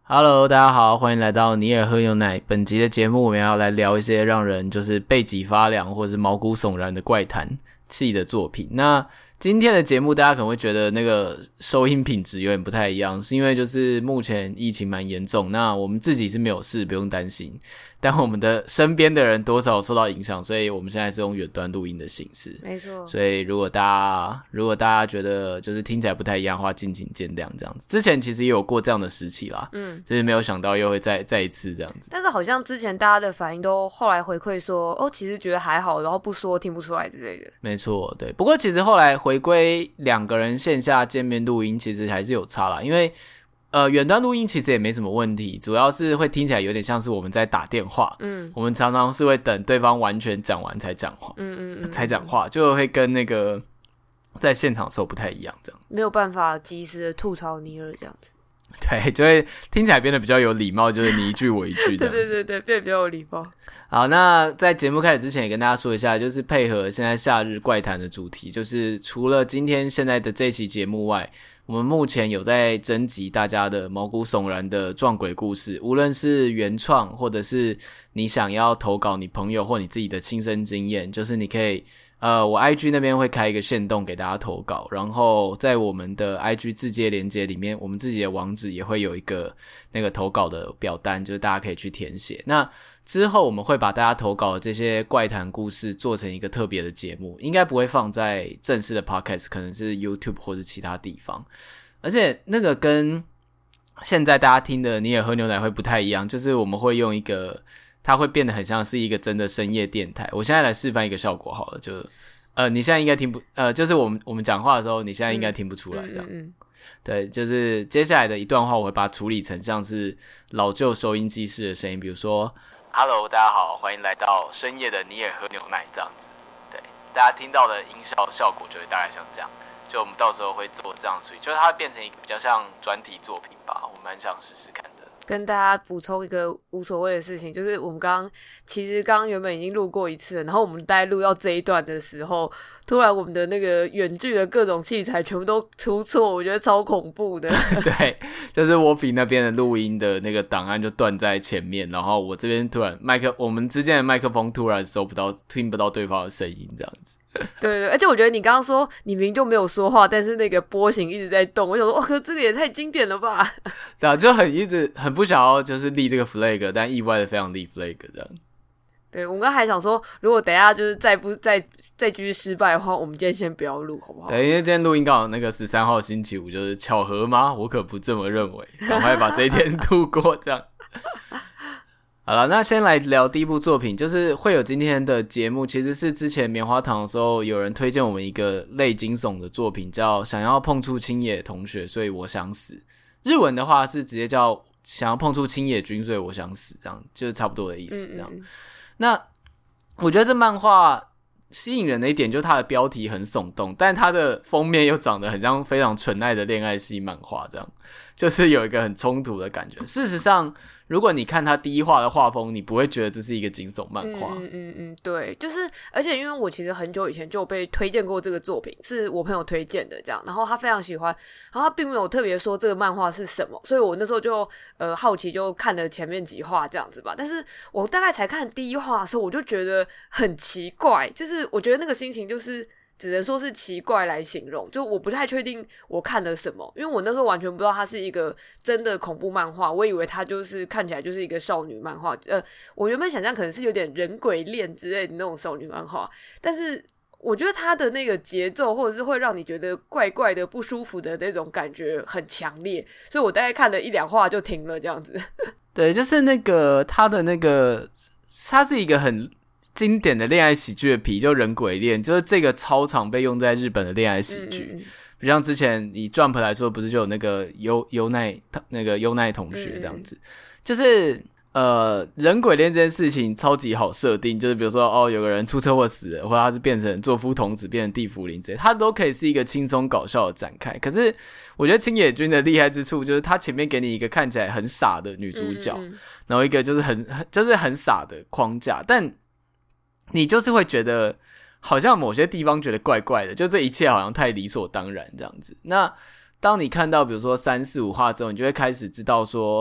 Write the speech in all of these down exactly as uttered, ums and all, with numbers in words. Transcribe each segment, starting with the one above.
Hello， 大家好，欢迎来到尼尔喝牛奶。本集的节目，我们要来聊一些让人就是背脊发凉或是毛骨悚然的怪谈系的作品。那今天的节目，大家可能会觉得那个收音品质有点不太一样，是因为就是目前疫情蛮严重，那我们自己是没有事，不用担心。但我们的身边的人多少受到影响，所以我们现在是用远端录音的形式。 没错。 所以如果大家如果大家觉得就是听起来不太一样的话，敬请见谅这样子。之前其实也有过这样的时期啦，嗯，只是没有想到又会再再一次这样子。 但是好像之前大家的反应都后来回馈说，哦，其实觉得还好，然后不说听不出来之类的。 没错，对。不过其实后来回归两个人线下见面录音，其实还是有差啦，因为。呃，远端录音其实也没什么问题，主要是会听起来有点像是我们在打电话。嗯，我们常常是会等对方完全讲完才讲话，嗯嗯嗯，才讲话，就会跟那个在现场的时候不太一样，这样没有办法及时的吐槽尼尔这样子。 对，就会听起来变得比较有礼貌，就是你一句我一句这样子。 对对对对，变得比较有礼貌。 好，那在节目开始之前也跟大家说一下，就是配合现在夏日怪谈的主题，就是除了今天现在的这期节目外，我们目前有在征集大家的毛骨悚然的撞鬼故事，无论是原创或者是你想要投稿你朋友或你自己的亲身经验，就是你可以呃，我 I G 那边会开一个限动给大家投稿，然后在我们的 I G 自介连结里面，我们自己的网址也会有一个那个投稿的表单，就是大家可以去填写。那之后我们会把大家投稿的这些怪谈故事做成一个特别的节目，应该不会放在正式的 podcast， 可能是 YouTube 或是其他地方。而且那个跟现在大家听的尼尔喝牛奶会不太一样，就是我们会用一个它会变得很像是一个真的深夜电台。我现在来示范一个效果好了，就呃你现在应该听不呃就是我们我们讲话的时候，你现在应该听不出来这样。嗯嗯嗯对，就是接下来的一段话，我会把它处理成像是老旧收音机式的声音，比如说 Hello， 大家好，欢迎来到深夜的尼尔喝牛奶这样子。对，大家听到的音效效果就会大概像这样。就我们到时候会做这样处理，就是它变成一个比较像专题作品吧，我蛮想试试看的。 跟大家补充一个无所谓的事情，就是我们刚刚其实刚刚原本已经录过一次了，然后我们在录到这一段的时候，突然我们的那个远距的各种器材全部都出错，我觉得超恐怖的。 对，就是我比那边的录音的那个档案就断在前面，然后我这边突然麦克我们之间的麦克风突然收不到听不到对方的声音这样子。 对对对，而且我觉得你刚刚说你明明就没有说话，但是那个波形一直在动，我想说，哦，可这个也太经典了吧！ 对啊，就很一直很不想要就是立这个 flag， 但意外的非常立 flag 这样。 对，我们刚才还想说，如果等一下就是再不再再继续失败的话，我们今天先不要录，好不好？ 对，因为今天录音刚好那个十三号星期五，就是巧合吗？我可不这么认为，赶快把这一天度过这样。好了，那先来聊第一部作品，就是会有今天的节目，其实是之前棉花糖的时候有人推荐我们一个类惊悚的作品，叫想要碰触青野同学，所以我想死。日文的话是直接叫想要碰触青野君，所以我想死，这样就是差不多的意思这样。嗯嗯，那我觉得这漫画吸引人的一点就是它的标题很耸动，但它的封面又长得很像非常纯爱的恋爱系漫画，这样就是有一个很冲突的感觉。事实上如果你看他第一话的画风，你不会觉得这是一个惊悚漫画。 嗯嗯嗯，对，就是，而且因为我其实很久以前就有被推荐过这个作品，是我朋友推荐的，这样，然后他非常喜欢，然后他并没有特别说这个漫画是什么，所以我那时候就呃好奇就看了前面几话这样子吧。但是我大概才看第一话的时候，我就觉得很奇怪，就是我觉得那个心情就是。只能说是奇怪来形容，就我不太确定我看了什么，因为我那时候完全不知道它是一个真的恐怖漫画，我以为它就是看起来就是一个少女漫画，呃，我原本想象可能是有点人鬼恋之类的那种少女漫画，但是我觉得它的那个节奏或者是会让你觉得怪怪的不舒服的那种感觉很强烈，所以我大概看了一两话就停了这样子。 对，就是那个它的那个它是一个很经典的恋爱喜剧的皮，就人鬼恋，就是这个超常被用在日本的恋爱喜剧。嗯嗯嗯，比如像之前以 Jump 来说，不是就有那个优优奈那个优奈同学这样子，嗯嗯，就是呃人鬼恋这件事情超级好设定，就是比如说哦有个人出车祸死了，或者他是变成作夫童子变成地缚灵之类，他都可以是一个轻松搞笑的展开。可是我觉得青野君的厉害之处就是他前面给你一个看起来很傻的女主角，嗯嗯，然后一个就是很就是很傻的框架，但你就是会觉得好像某些地方觉得怪怪的，就这一切好像太理所当然这样子。那当你看到比如说三四五话之后，你就会开始知道说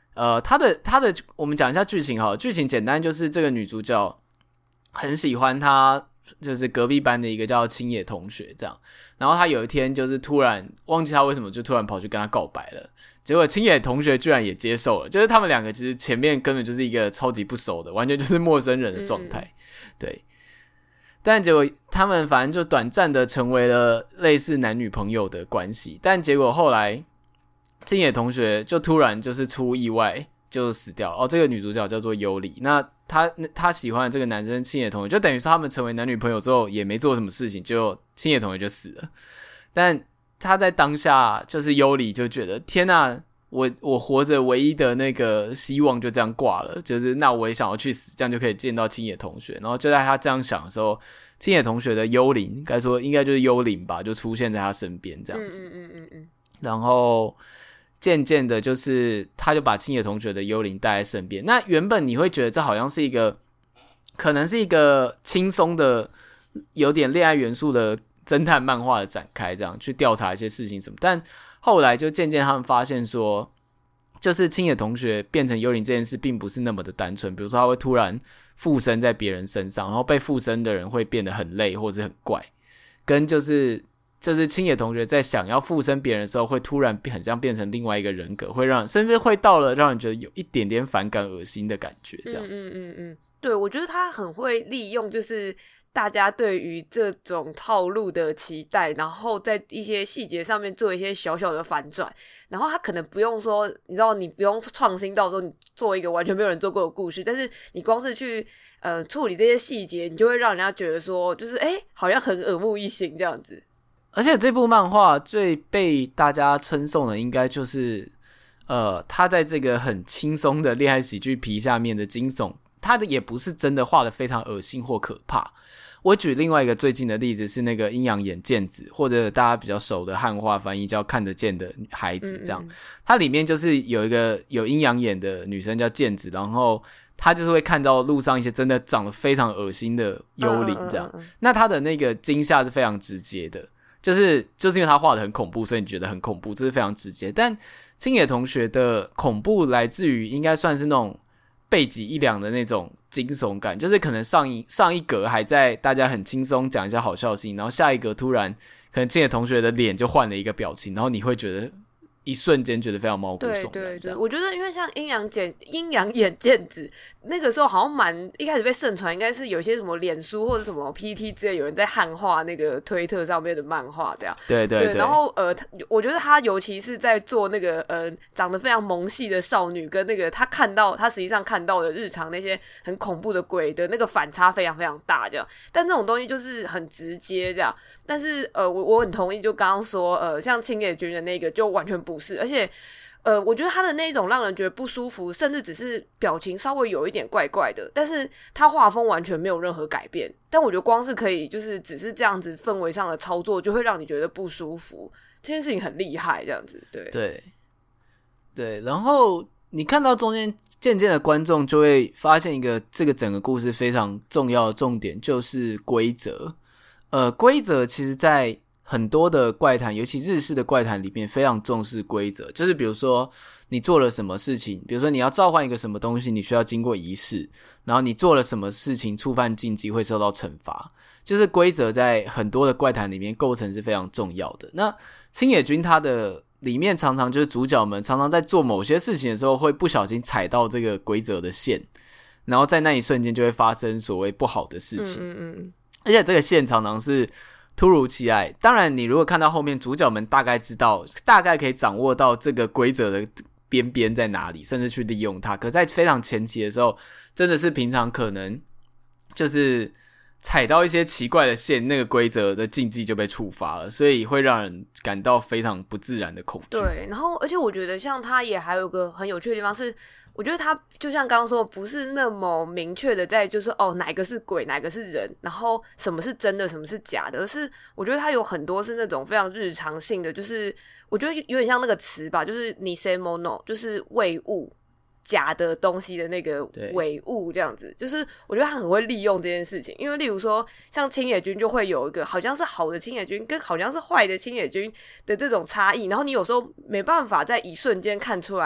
呃，他的他的我们讲一下剧情好了，剧情简单就是这个女主角很喜欢她就是隔壁班的一个叫青野同学这样，然后她有一天就是突然忘记她为什么就突然跑去跟他告白了，结果青野同学居然也接受了，就是他们两个其实前面根本就是一个超级不熟的，完全就是陌生人的状态、嗯、对，但结果他们反正就短暂的成为了类似男女朋友的关系，但结果后来青野同学就突然就是出意外就死掉了。哦，这个女主角叫做优里，那她她喜欢的这个男生青野同学，就等于说他们成为男女朋友之后也没做什么事情，就青野同学就死了。但他在当下就是优里就觉得天哪，我我活着唯一的那个希望就这样挂了，就是那我也想要去死，这样就可以见到青野同学。然后就在他这样想的时候，青野同学的幽灵，该说应该就是幽灵吧，就出现在他身边这样子。嗯嗯嗯嗯。然后渐渐的，就是他就把青野同学的幽灵带在身边。那原本你会觉得这好像是一个，可能是一个轻松的、有点恋爱元素的侦探漫画的展开，这样去调查一些事情什么。但后来就渐渐他们发现说，就是青野同学变成幽灵这件事并不是那么的单纯。比如说他会突然附身在别人身上，然后被附身的人会变得很累或者很怪，跟就是就是青野同学在想要附身别人的时候会突然很像变成另外一个人格，会让甚至会到了让人觉得有一点点反感恶心的感觉这样。 嗯嗯嗯嗯，对，我觉得他很会利用就是大家对于这种套路的期待，然后在一些细节上面做一些小小的反转，然后他可能不用说，你知道你不用创新到说你做一个完全没有人做过的故事，但是你光是去呃处理这些细节，你就会让人家觉得说就是诶好像很耳目一新这样子。 而且这部漫画最被大家称颂的应该就是呃，他在这个很轻松的恋爱喜剧皮下面的惊悚，他的也不是真的画的非常恶心或可怕。我举另外一个最近的例子是那个阴阳眼剑子，或者大家比较熟的汉化翻译叫看得见的孩子这样。它里面就是有一个有阴阳眼的女生叫剑子，然后她就是会看到路上一些真的长得非常恶心的幽灵这样。嗯嗯嗯嗯，那她的那个惊吓是非常直接的，就是就是因为她画得很恐怖，所以你觉得很恐怖，这是非常直接。但青野同学的恐怖来自于应该算是那种背脊一凉的那种惊悚感，就是可能上一上一格还在大家很轻松讲一下好笑的事情，然后下一格突然可能青野同学的脸就换了一个表情，然后你会觉得一瞬间觉得非常毛骨悚然。 对对对，我觉得因为像阴阳眼阴阳眼剑子那个时候好像蛮一开始被盛传，应该是有些什么脸书或者什么 P T T 之类有人在汉化那个推特上面的漫画这样。 对对 对, 对，然后呃，我觉得他尤其是在做那个呃长得非常萌系的少女跟那个他看到他实际上看到的日常那些很恐怖的鬼的那个反差非常非常大这样。但这种东西就是很直接这样。但是呃，我我很同意，就刚刚说呃，像青野君的那个就完全不是，而且呃，我觉得他的那种让人觉得不舒服，甚至只是表情稍微有一点怪怪的，但是他画风完全没有任何改变。但我觉得光是可以就是只是这样子氛围上的操作，就会让你觉得不舒服，这件事情很厉害，这样子。对对对，然后你看到中间渐渐的观众就会发现一个这个整个故事非常重要的重点，就是规则。呃，规则其实在很多的怪谈，尤其日式的怪谈里面非常重视规则，就是比如说你做了什么事情，比如说你要召唤一个什么东西，你需要经过仪式，然后你做了什么事情触犯禁忌会受到惩罚，就是规则在很多的怪谈里面构成是非常重要的。那青野君他的里面常常就是主角们常常在做某些事情的时候会不小心踩到这个规则的线，然后在那一瞬间就会发生所谓不好的事情。嗯嗯嗯，而且这个线常常是突如其来，当然你如果看到后面主角们大概知道大概可以掌握到这个规则的边边在哪里，甚至去利用它，可在非常前期的时候真的是平常可能就是踩到一些奇怪的线，那个规则的禁忌就被触发了，所以会让人感到非常不自然的恐惧。 对，然后而且我觉得像他也还有个很有趣的地方是，我觉得他就像刚刚说，不是那么明确的在就是哦哪个是鬼，哪个是人，然后什么是真的，什么是假的，而是我觉得他有很多是那种非常日常性的，就是我觉得有点像那个词吧，就是偽物，就是伪物。假的东西的那个伪物这样子，就是我觉得他很会利用这件事情，因为例如说像青野君就会有一个好像是好的青野君跟好像是坏的青野君的这种差异，然后你有时候没办法在一瞬间看出来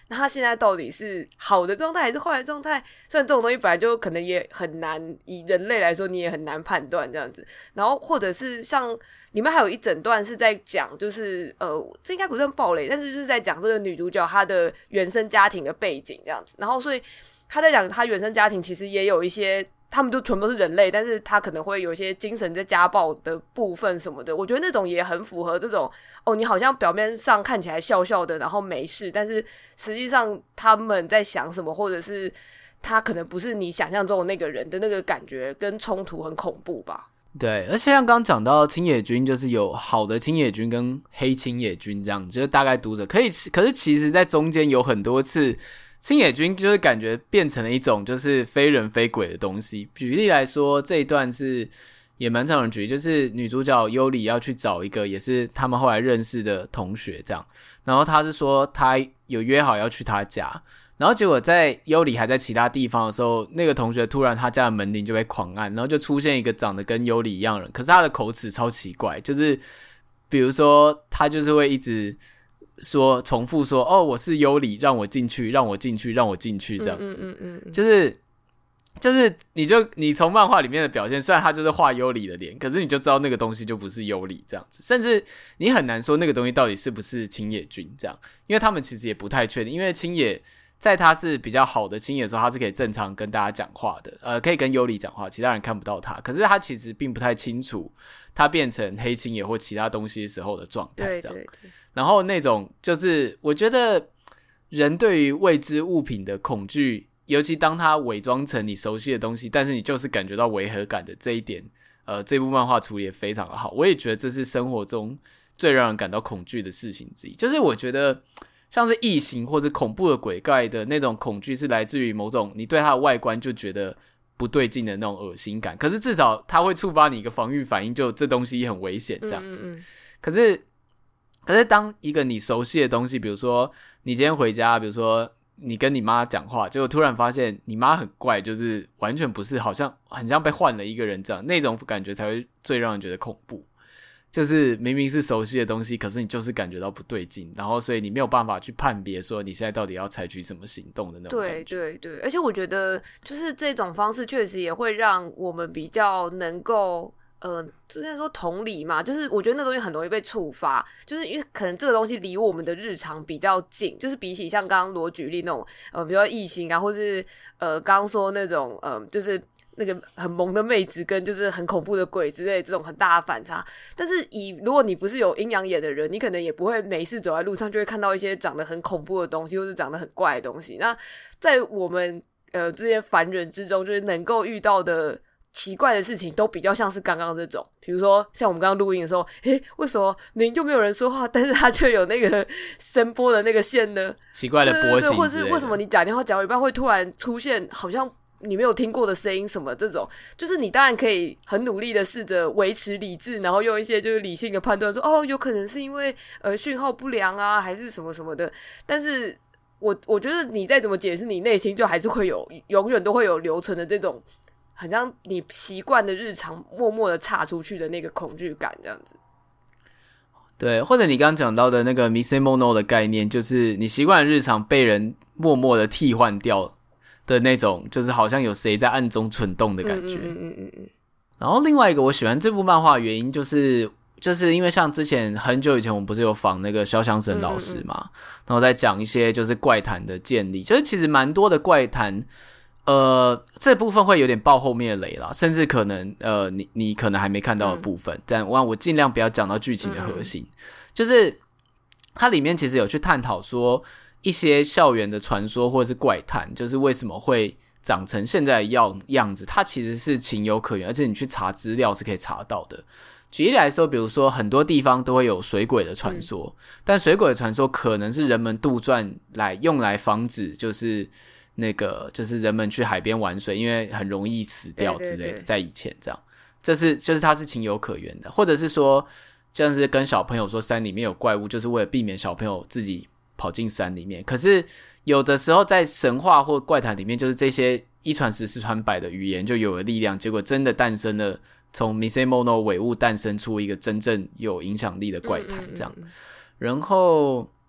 那他现在到底是好的状态还是坏的状态？虽然这种东西本来就可能也很难，以人类来说你也很难判断这样子。然后或者是像里面还有一整段是在讲，就是呃，这应该不算暴雷，但是就是在讲这个女主角她的原生家庭的背景这样子。然后所以她在讲她原生家庭其实也有一些。他们就全部都是人类，但是他可能会有一些精神在家暴的部分什么的，我觉得那种也很符合这种哦，你好像表面上看起来笑笑的，然后没事，但是实际上他们在想什么，或者是他可能不是你想象中的那个人的那个感觉跟冲突很恐怖吧。 对，而且像刚刚讲到青野军，就是有好的青野军跟黑青野军这样，就是大概读者可以，可是其实在中间有很多次青野军就是感觉变成了一种就是非人非鬼的东西。举例来说，这一段是也蛮常人举例，就是女主角优里要去找一个也是他们后来认识的同学这样，然后他是说他有约好要去他家，然后结果在优里还在其他地方的时候，那个同学突然他家的门铃就被狂按，然后就出现一个长得跟优里一样的人，可是他的口齿超奇怪，就是比如说他就是会一直说重复说哦我是优里，让我进去让我进去让我进去这样子。嗯嗯嗯嗯，就是就是你就你从漫画里面的表现，虽然他就是画优里的脸，可是你就知道那个东西就不是优里这样子，甚至你很难说那个东西到底是不是青野君这样，因为他们其实也不太确定，因为青野在他是比较好的青野的时候，他是可以正常跟大家讲话的，呃，可以跟优里讲话，其他人看不到他，可是他其实并不太清楚他变成黑青野或其他东西时候的状态这样。对对对，然后那种就是我觉得人对于未知物品的恐惧，尤其当它伪装成你熟悉的东西，但是你就是感觉到违和感的这一点，呃，这部漫画处理得非常的好。我也觉得这是生活中最让人感到恐惧的事情之一，就是我觉得像是异形或者恐怖的鬼怪的那种恐惧是来自于某种你对它的外观就觉得不对劲的那种恶心感，可是至少它会触发你一个防御反应，就这东西很危险这样子。嗯嗯嗯，可是可是当一个你熟悉的东西，比如说你今天回家，比如说你跟你妈讲话，结果突然发现你妈很怪，就是完全不是，好像很像被换了一个人这样，那种感觉才会最让人觉得恐怖。就是明明是熟悉的东西，可是你就是感觉到不对劲，然后所以你没有办法去判别说你现在到底要采取什么行动的那种感觉。 对对对，而且我觉得就是这种方式确实也会让我们比较能够呃，之前说同理嘛，就是我觉得那东西很容易被触发，就是因为可能这个东西离我们的日常比较近，就是比起像刚刚罗举例那种呃，比如说异形啊，或是呃刚刚说那种呃，就是那个很萌的妹子跟就是很恐怖的鬼之类这种很大的反差。但是以如果你不是有阴阳眼的人，你可能也不会没事走在路上就会看到一些长得很恐怖的东西，或是长得很怪的东西。那在我们呃这些凡人之中，就是能够遇到的奇怪的事情都比较像是刚刚这种，比如说像我们刚刚录音的时候，诶，为什么明明就没有人说话，但是他却有那个声波的那个线呢？ 奇怪的波形之类的， 对对对，或是为什么你讲电话讲一半会突然出现好像你没有听过的声音什么，这种就是你当然可以很努力的试着维持理智，然后用一些就是理性的判断说哦，有可能是因为呃讯号不良啊，还是什么什么的。但是我我觉得你再怎么解释，你内心就还是会有永远都会有留存的这种很像你习惯的日常默默的岔出去的那个恐惧感这样子。 对，或者你刚刚讲到的那个 Misemono 的概念，就是你习惯日常被人默默的替换掉的那种，就是好像有谁在暗中蠢动的感觉。嗯嗯嗯嗯。然后另外一个我喜欢这部漫画的原因就是就是因为像之前很久以前我们不是有访那个萧湘神老师嘛，嗯嗯嗯，然后再讲一些就是怪谈的建立，就是其实蛮多的怪谈呃，这部分会有点爆后面的雷啦，甚至可能呃，你你可能还没看到的部分，嗯、但我我尽量不要讲到剧情的核心，嗯、就是它里面其实有去探讨说一些校园的传说或者是怪谈，就是为什么会长成现在的样样子，它其实是情有可原，而且你去查资料是可以查到的。举例来说，比如说很多地方都会有水鬼的传说，嗯、但水鬼的传说可能是人们杜撰来用来防止就是那个就是人们去海边玩水，因为很容易死掉之类的，对对对，在以前这样，这是就是它是情有可原的，或者是说像是跟小朋友说山里面有怪物，就是为了避免小朋友自己跑进山里面。可是有的时候在神话或怪谈里面，就是这些一传十十传百的语言就有了力量，结果真的诞生了，从 Misemono 伪物诞生出一个真正有影响力的怪谈这样。然后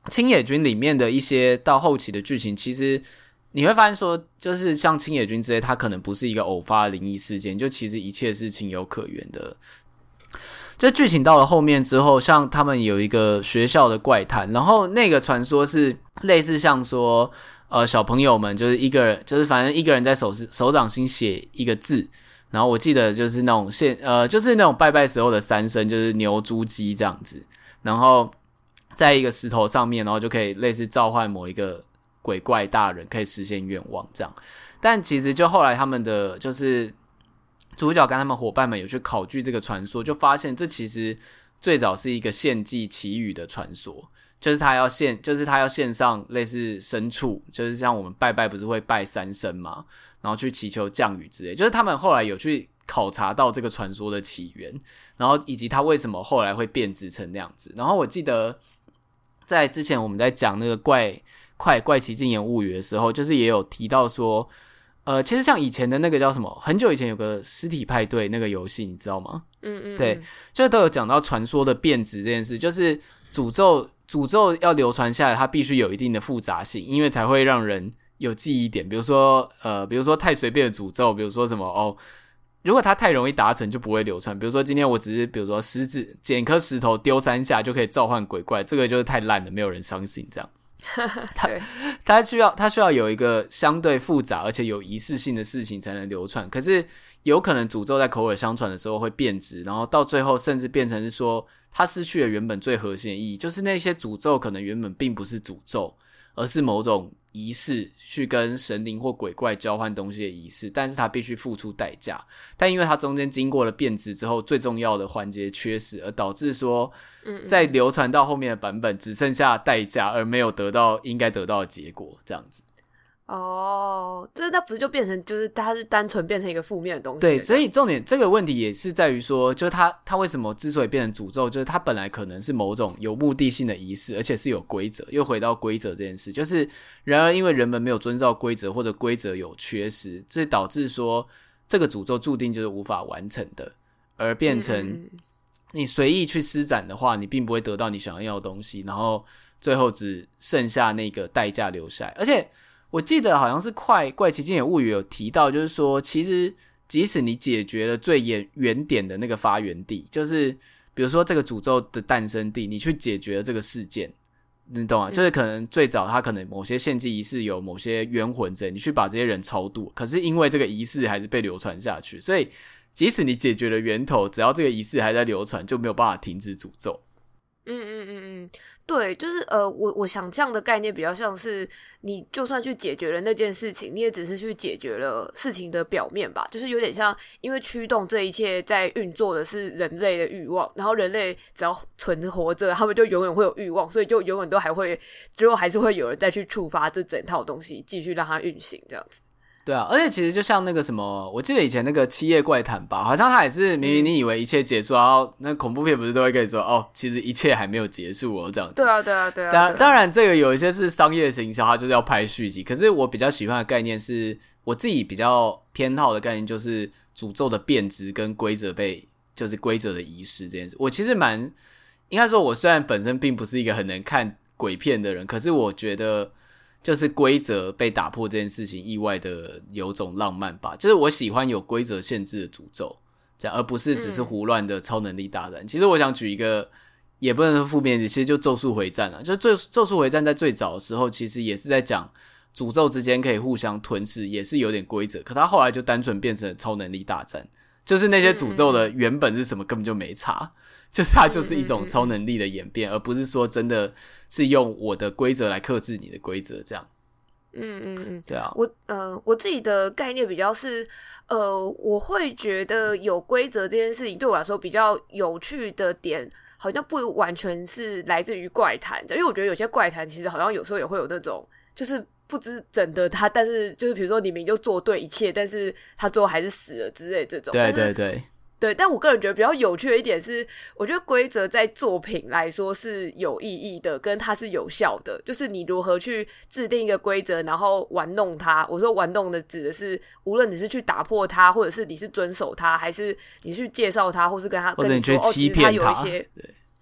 青野军里面的一些到后期的剧情，其实你会发现说，就是像青野军之类，它可能不是一个偶发的灵异事件，就其实一切是情有可原的。就剧情到了后面之后，像他们有一个学校的怪谈，然后那个传说是类似像说，呃，小朋友们就是一个人，就是反正一个人在手手掌心写一个字，然后我记得就是那种现呃，就是那种拜拜时候的三声，就是牛、猪、鸡这样子，然后在一个石头上面，然后就可以类似召唤某一个鬼怪大人，可以实现愿望这样。但其实就后来他们的就是主角跟他们伙伴们有去考据这个传说，就发现这其实最早是一个献祭祈雨的传说，就是他要献，就是他要献上类似牲畜，就是像我们拜拜不是会拜三牲嘛，然后去祈求降雨之类，就是他们后来有去考察到这个传说的起源，然后以及他为什么后来会变质成那样子。然后我记得在之前我们在讲那个怪怪怪奇禁言物语的时候，就是也有提到说，呃，其实像以前的那个叫什么，很久以前有个尸体派对那个游戏，你知道吗？ 嗯嗯， 对，就都有讲到传说的变质这件事，就是诅咒诅咒要流传下来，它必须有一定的复杂性，因为才会让人有记忆点。比如说，呃，比如说太随便的诅咒，比如说什么哦。如果它太容易达成就不会流传，比如说今天我只是比如说石子捡一颗石头丢三下就可以召唤鬼怪，这个就是太烂了，没有人相信这样。它它需要它需要有一个相对复杂而且有仪式性的事情才能流传，可是有可能诅咒在口耳相传的时候会变质，然后到最后甚至变成是说它失去了原本最核心的意义，就是那些诅咒可能原本并不是诅咒，而是某种仪式，去跟神灵或鬼怪交换东西的仪式，但是它必须付出代价，但因为它中间经过了变质之后，最重要的环节缺失，而导致说在流传到后面的版本只剩下代价，而没有得到应该得到的结果，这样子。 哦，这那不是就变成就是它是单纯变成一个负面的东西？ 对，所以重点这个问题也是在于说，就是它它为什么之所以变成诅咒，就是它本来可能是某种有目的性的仪式，而且是有规则，又回到规则这件事，就是然而因为人们没有遵照规则，或者规则有缺失，所以导致说这个诅咒注定就是无法完成的，而变成你随意去施展的话，你并不会得到你想要的东西，然后最后只剩下那个代价留下来。而且我记得好像是怪怪奇经典物语有提到，就是说其实即使你解决了最原点的那个发源地，就是比如说这个诅咒的诞生地，你去解决了这个事件，你懂吗？就是可能最早他可能某些献祭仪式有某些冤魂之类，你去把这些人超度，可是因为这个仪式还是被流传下去，所以即使你解决了源头，只要这个仪式还在流传，就没有办法停止诅咒。 嗯嗯嗯嗯，对，就是呃，我我想这样的概念比较像是，你就算去解决了那件事情，你也只是去解决了事情的表面吧，就是有点像，因为驱动这一切在运作的是人类的欲望，然后人类只要存活着，他们就永远会有欲望，所以就永远都还会，最后还是会有人再去触发这整套东西，继续让它运行这样子。 对啊，而且其实就像那个什么，我记得以前那个七夜怪谈吧，好像他也是明明你以为一切结束，然后那恐怖片不是都会跟你说，哦，其实一切还没有结束哦，这样子。 对啊，对啊，对啊。 当然， 对啊当然这个有一些是商业行销，它就是要拍续集。可是我比较喜欢的概念是，我自己比较偏好的概念就是诅咒的变质跟规则被，就是规则的遗失这件事。我其实蛮应该说，我虽然本身并不是一个很能看鬼片的人，可是我觉得。就是规则被打破这件事情意外的有种浪漫吧，就是我喜欢有规则限制的诅咒，这样而不是只是胡乱的超能力大战。嗯、其实我想举一个，也不能说负面的，其实就咒术回战啊，就咒术回战在最早的时候，其实也是在讲诅咒之间可以互相吞噬，也是有点规则，可他后来就单纯变成了超能力大战，就是那些诅咒的原本是什么根本就没差。就是它就是一种超能力的演变，而不是说真的是用我的规则来克制你的规则这样。 嗯嗯嗯， 对啊， 我呃我自己的概念比较是，呃，我会觉得有规则这件事情对我来说比较有趣的点，好像不完全是来自于怪谈，因为我觉得有些怪谈其实好像有时候也会有那种就是不知怎的他，但是就是比如说你明明就做对一切，但是他最后还是死了之类这种。 对对对。 对，但我个人觉得比较有趣的一点是，我觉得规则在作品来说是有意义的，跟它是有效的。就是你如何去制定一个规则，然后玩弄它。我说玩弄的指的是，无论你是去打破它，或者是你是遵守它，还是你去介绍它，或是跟他或者你去跟你说欺骗哦，其实它有一些。 对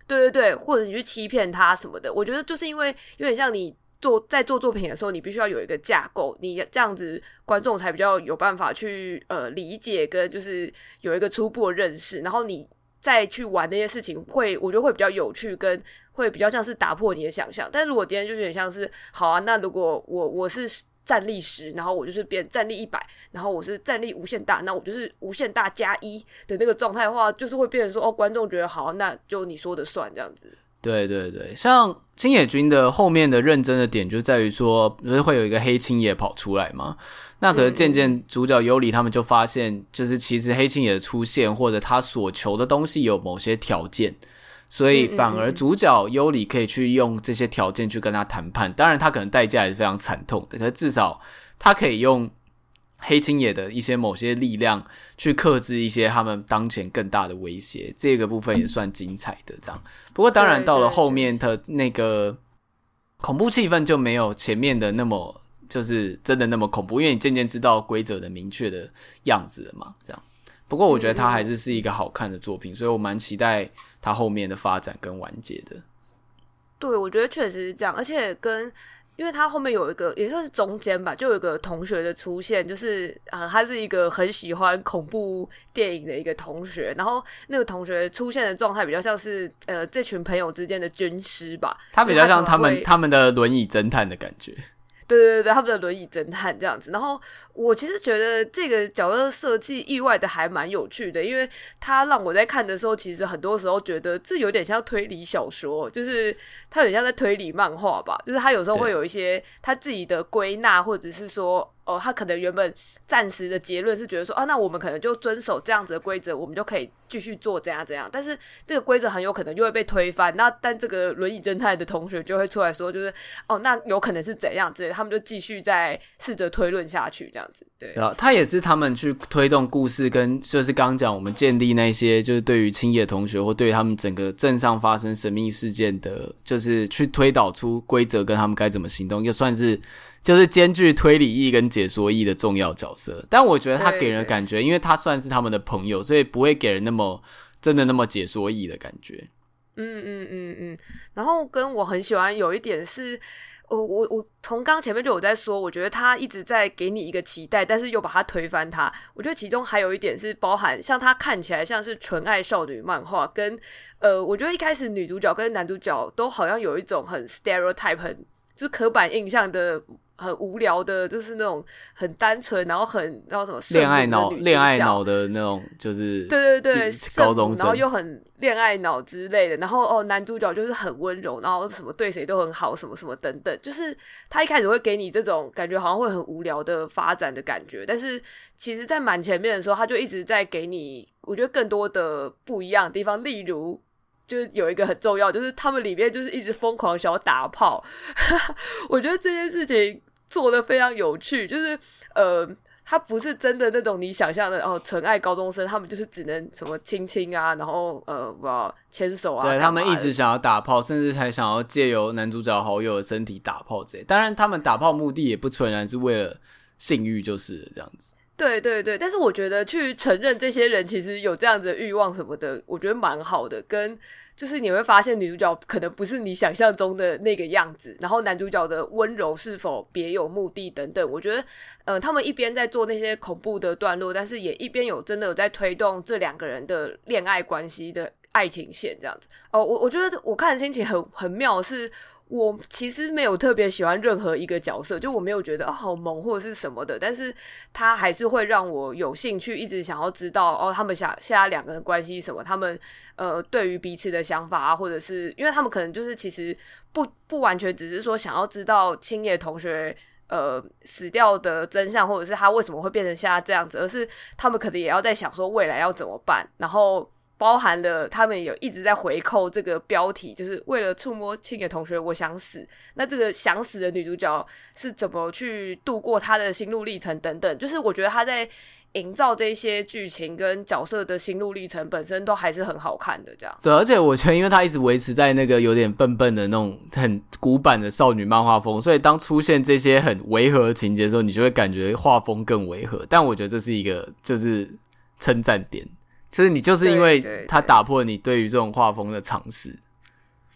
对对对，或者你去欺骗他什么的。我觉得就是因为有点像你做在做作品的时候，你必须要有一个架构，你这样子观众才比较有办法去呃理解跟就是有一个初步的认识，然后你再去玩那些事情会，我觉得会比较有趣，跟会比较像是打破你的想象。但是如果今天就有点像是，好啊，那如果我我是战力十，然后我就是变战力一百，然后我是战力无限大，那我就是无限大加一的那个状态的话，就是会变成说，哦，观众觉得好，那就你说的算这样子。 对对对，像青野君的后面的认真的点就在于说，不是会有一个黑青野跑出来吗？那可是渐渐主角尤里他们就发现，就是其实黑青野的出现或者他所求的东西有某些条件，所以反而主角尤里可以去用这些条件去跟他谈判。当然他可能代价也是非常惨痛的，可是至少他可以用黑青野的一些某些力量去克制一些他们当前更大的威胁，这个部分也算精彩的这样。不过当然到了后面的那个恐怖气氛就没有前面的那么就是真的那么恐怖，因为你渐渐知道规则的明确的样子了嘛这样。不过我觉得它还是是一个好看的作品，所以我蛮期待它后面的发展跟完结的。 对，我觉得确实是这样，而且跟因为他后面有一个也算是中间吧，就有一个同学的出现，就是呃，他是一个很喜欢恐怖电影的一个同学，然后那个同学出现的状态比较像是呃这群朋友之间的军师吧， 他比较像他们他们的轮椅侦探的感觉。 对对对，他们的轮椅侦探这样子。然后我其实觉得这个角色设计意外的还蛮有趣的，因为他让我在看的时候，其实很多时候觉得这有点像推理小说，就是他有点像在推理漫画吧，就是他有时候会有一些他自己的归纳，或者是说哦，他可能原本暂时的结论是觉得说啊，那我们可能就遵守这样子的规则，我们就可以继续做怎样怎样，但是这个规则很有可能就会被推翻。那但这个轮椅侦探的同学就会出来说，就是哦，那有可能是怎样之类的，他们就继续再试着推论下去，这样子。对， 啊，他也是他们去推动故事，跟就是刚刚讲我们建立那些就是对于青野同学或对于他们整个镇上发生神秘事件的，就是去推导出规则跟他们该怎么行动，又算是。就是兼具推理意跟解说意的重要角色，但我觉得他给人的感觉，因为他算是他们的朋友，所以不会给人那么真的那么解说意的感觉。 嗯嗯嗯嗯。然后跟我很喜欢有一点是，我我我从刚前面就有在说，我觉得他一直在给你一个期待，但是又把它推翻它。我觉得其中还有一点是包含，像他看起来像是纯爱少女漫画，跟呃，我觉得一开始女主角跟男主角都好像有一种很 stereotype 很就是刻板印象的。很无聊的，就是那种很单纯，然后很然后什么恋爱脑、恋爱脑的那种，就是对对对， 高中生， 然后又很恋爱脑之类的。然后哦，男主角就是很温柔，然后什么对谁都很好，什么什么等等。就是他一开始会给你这种感觉，好像会很无聊的发展的感觉，但是其实，在蛮前面的时候，他就一直在给你，我觉得更多的不一样的地方，例如。就是有一个很重要，就是他们里面就是一直疯狂想要打炮，我觉得这件事情做得非常有趣，就是呃，他不是真的那种你想象的哦，纯爱高中生，他们就是只能什么亲亲啊，然后呃，不知道牵手啊， 对他们一直想要打炮，甚至还想要借由男主角好友的身体打炮之类。当然，他们打炮目的也不纯然是为了性欲，就是了这样子。 对对对，但是我觉得去承认这些人其实有这样子的欲望什么的，我觉得蛮好的。跟就是你会发现女主角可能不是你想象中的那个样子，然后男主角的温柔是否别有目的等等，我觉得呃，他们一边在做那些恐怖的段落，但是也一边有真的有在推动这两个人的恋爱关系的爱情线这样子。哦、呃，我我觉得我看的心情很很妙的是。我其实没有特别喜欢任何一个角色，就我没有觉得、哦、好萌或者是什么的，但是他还是会让我有兴趣，一直想要知道哦，他们想现在两个人关系什么，他们呃对于彼此的想法啊，或者是因为他们可能就是其实不不完全只是说想要知道青野同学呃死掉的真相，或者是他为什么会变成现在这样子，而是他们可能也要在想说未来要怎么办，然后。包含了他们有一直在回扣这个标题，就是为了触摸青野同学我想死，那这个想死的女主角是怎么去度过她的心路历程等等，就是我觉得她在营造这些剧情跟角色的心路历程本身都还是很好看的这样。 对，而且我觉得因为她一直维持在那个有点笨笨的那种很古板的少女漫画风，所以当出现这些很违和的情节的时候，你就会感觉画风更违和，但我觉得这是一个就是称赞点，就是你就是因为他打破你对于这种画风的尝试，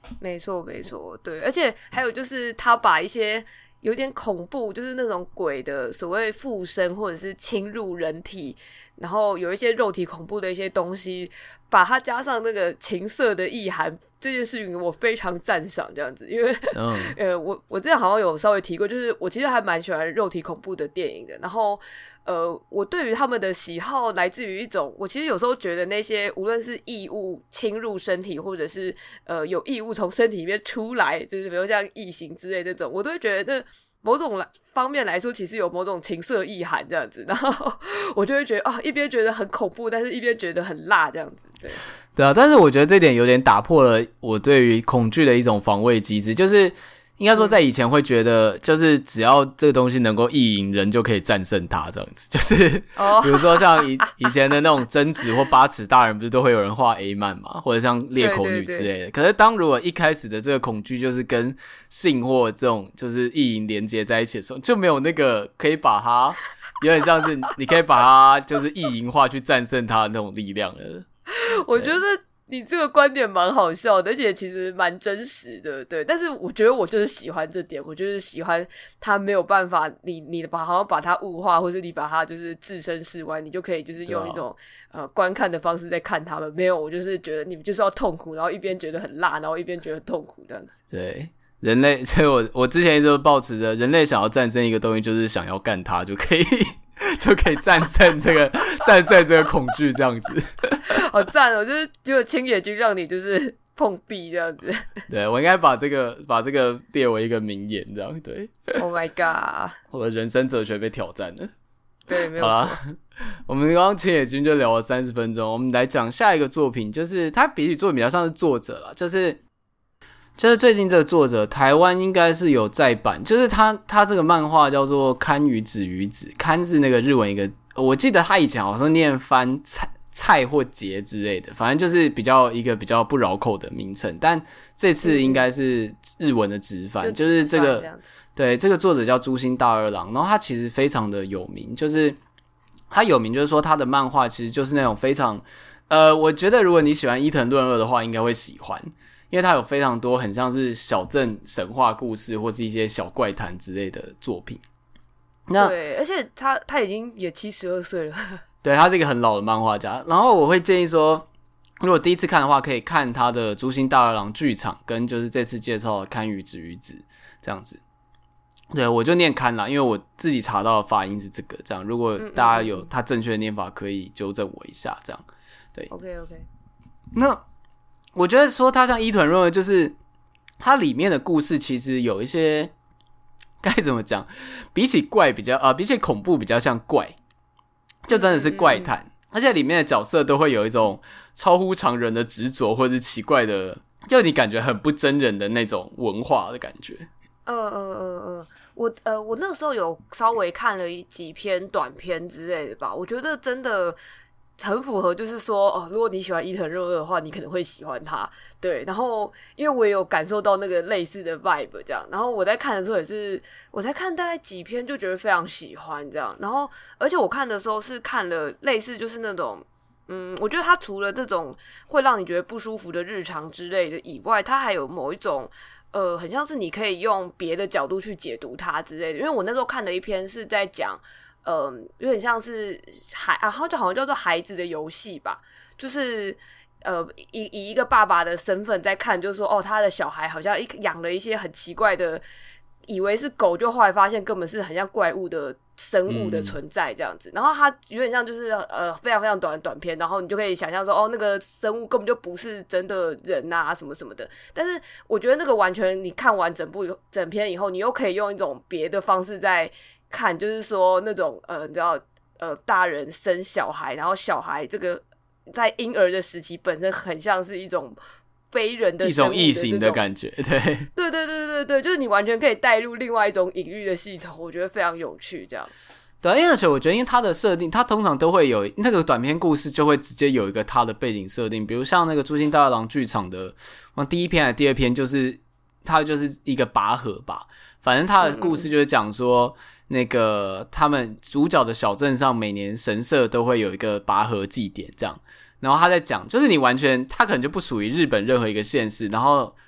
没错没错，对，而且还有就是他把一些有点恐怖，就是那种鬼的所谓附身或者是侵入人体，然后有一些肉体恐怖的一些东西，把它加上那个情色的意涵，这件事情我非常赞赏这样子，因为、嗯、呃，我我之前好像有稍微提过，就是我其实还蛮喜欢肉体恐怖的电影的，然后呃，我对于他们的喜好来自于一种，我其实有时候觉得那些无论是异物侵入身体，或者是呃有异物从身体里面出来，就是比如像异形之类这种，我都会觉得那某种方面来说其实有某种情色意涵这样子，然后我就会觉得啊、哦，一边觉得很恐怖，但是一边觉得很辣这样子。对对啊，但是我觉得这点有点打破了我对于恐惧的一种防卫机制，就是应该说在以前会觉得就是只要这个东西能够意淫人就可以战胜它这样子，就是比如说像以以前的那种贞子或八尺大人不是都会有人画 A 漫嘛，或者像裂口女之类的，对对对，可是当如果一开始的这个恐惧就是跟性或这种就是意淫连接在一起的时候，就没有那个可以把它有点像是你可以把它就是意淫化去战胜它的那种力量了。 我觉得你这个观点蛮好笑的，而且其实蛮真实的，对。但是我觉得我就是喜欢这点，我就是喜欢他没有办法，你你把好像把它物化，或是你把它就是置身事外，你就可以就是用一种、啊、呃观看的方式在看他们。没有，我就是觉得你们就是要痛苦，然后一边觉得很辣，然后一边觉得很痛苦这样子。 对。人类，所以我我之前一直都抱持着人类想要战胜一个东西，就是想要干它就可以就可以战胜这个战胜这个恐惧这样子。 好赞哦！就是就青野君让你就是碰壁这样子。 对，我应该把这个把这个列为一个名言这样。对 ，Oh my god， 我的人生哲学被挑战了。 对，没有错。 我们刚刚青野君就聊了三十分钟，我们来讲下一个作品，就是他比起作品比较像是作者啦，就是。就是最近这个作者台湾应该是有再版，就是他他这个漫画叫做堪舆子与子，堪是那个日文一个，我记得他以前好像念番菜菜或节之类的，反正就是比较一个比较不绕口的名称，但这次应该是日文的直翻、嗯、就是这个这对这个作者叫朱星大二郎，然后他其实非常的有名，就是他有名就是说他的漫画其实就是那种非常呃，我觉得如果你喜欢伊藤润二的话应该会喜欢，因为它有非常多很像是小镇神话故事或是一些小怪谈之类的作品。那对，而且他他已经也七十二岁了。 对，他是一个很老的漫画家。然后我会建议说，如果第一次看的话，可以看他的《朱星大二郎剧场》跟就是这次介绍的《堪舆子与子》这样子。对，我就念堪啦，因为我自己查到的发音是这个。这样，如果大家有他正确的念法，可以纠正我一下。这样，对 ，OK OK。 那我觉得说他像伊藤润二，就是他里面的故事其实有一些该怎么讲，比起怪比较呃，比起恐怖比较像怪，就真的是怪谈、嗯、而且里面的角色都会有一种超乎常人的执着或者是奇怪的，就你感觉很不真人的那种文化的感觉。 呃呃呃呃，我呃我那个时候有稍微看了几篇短片之类的吧，我觉得真的很符合，就是说哦，如果你喜欢伊藤润二的话，你可能会喜欢他。对，然后因为我也有感受到那个类似的 vibe 这样，然后我在看的时候也是，我才看大概几篇就觉得非常喜欢这样，然后而且我看的时候是看了类似就是那种。嗯，我觉得他除了这种会让你觉得不舒服的日常之类的以外，他还有某一种呃，很像是你可以用别的角度去解读它之类的。因为我那时候看的一篇是在讲，呃，有点像是孩啊，他就好像叫做孩子的游戏吧，就是呃，以以一个爸爸的身份在看，就是说哦，他的小孩好像一养了一些很奇怪的，以为是狗，就后来发现根本是很像怪物的生物的存在这样子，然后它有点像就是呃非常非常短的短片，然后你就可以想象说哦，那个生物根本就不是真的人啊什么什么的。但是我觉得那个完全你看完整部整篇以后，你又可以用一种别的方式在看，就是说那种呃你知道呃大人生小孩，然后小孩这个在婴儿的时期本身很像是一种非人的生物的一种异形的感觉，对对对对对对，就是你完全可以带入另外一种隐喻的系统，我觉得非常有趣。这样， 对，因为而且我觉得，因为它的设定，它通常都会有那个短篇故事，就会直接有一个它的背景设定，比如像那个《朱星大二郎剧场》的，第一篇还是第二篇，就是它就是一个拔河吧，反正它的故事就是讲说。嗯嗯那个他们主角的小镇上每年神社都会有一个拔河祭典这样，然后他在讲就是你完全他可能就不属于日本任何一个县市，然后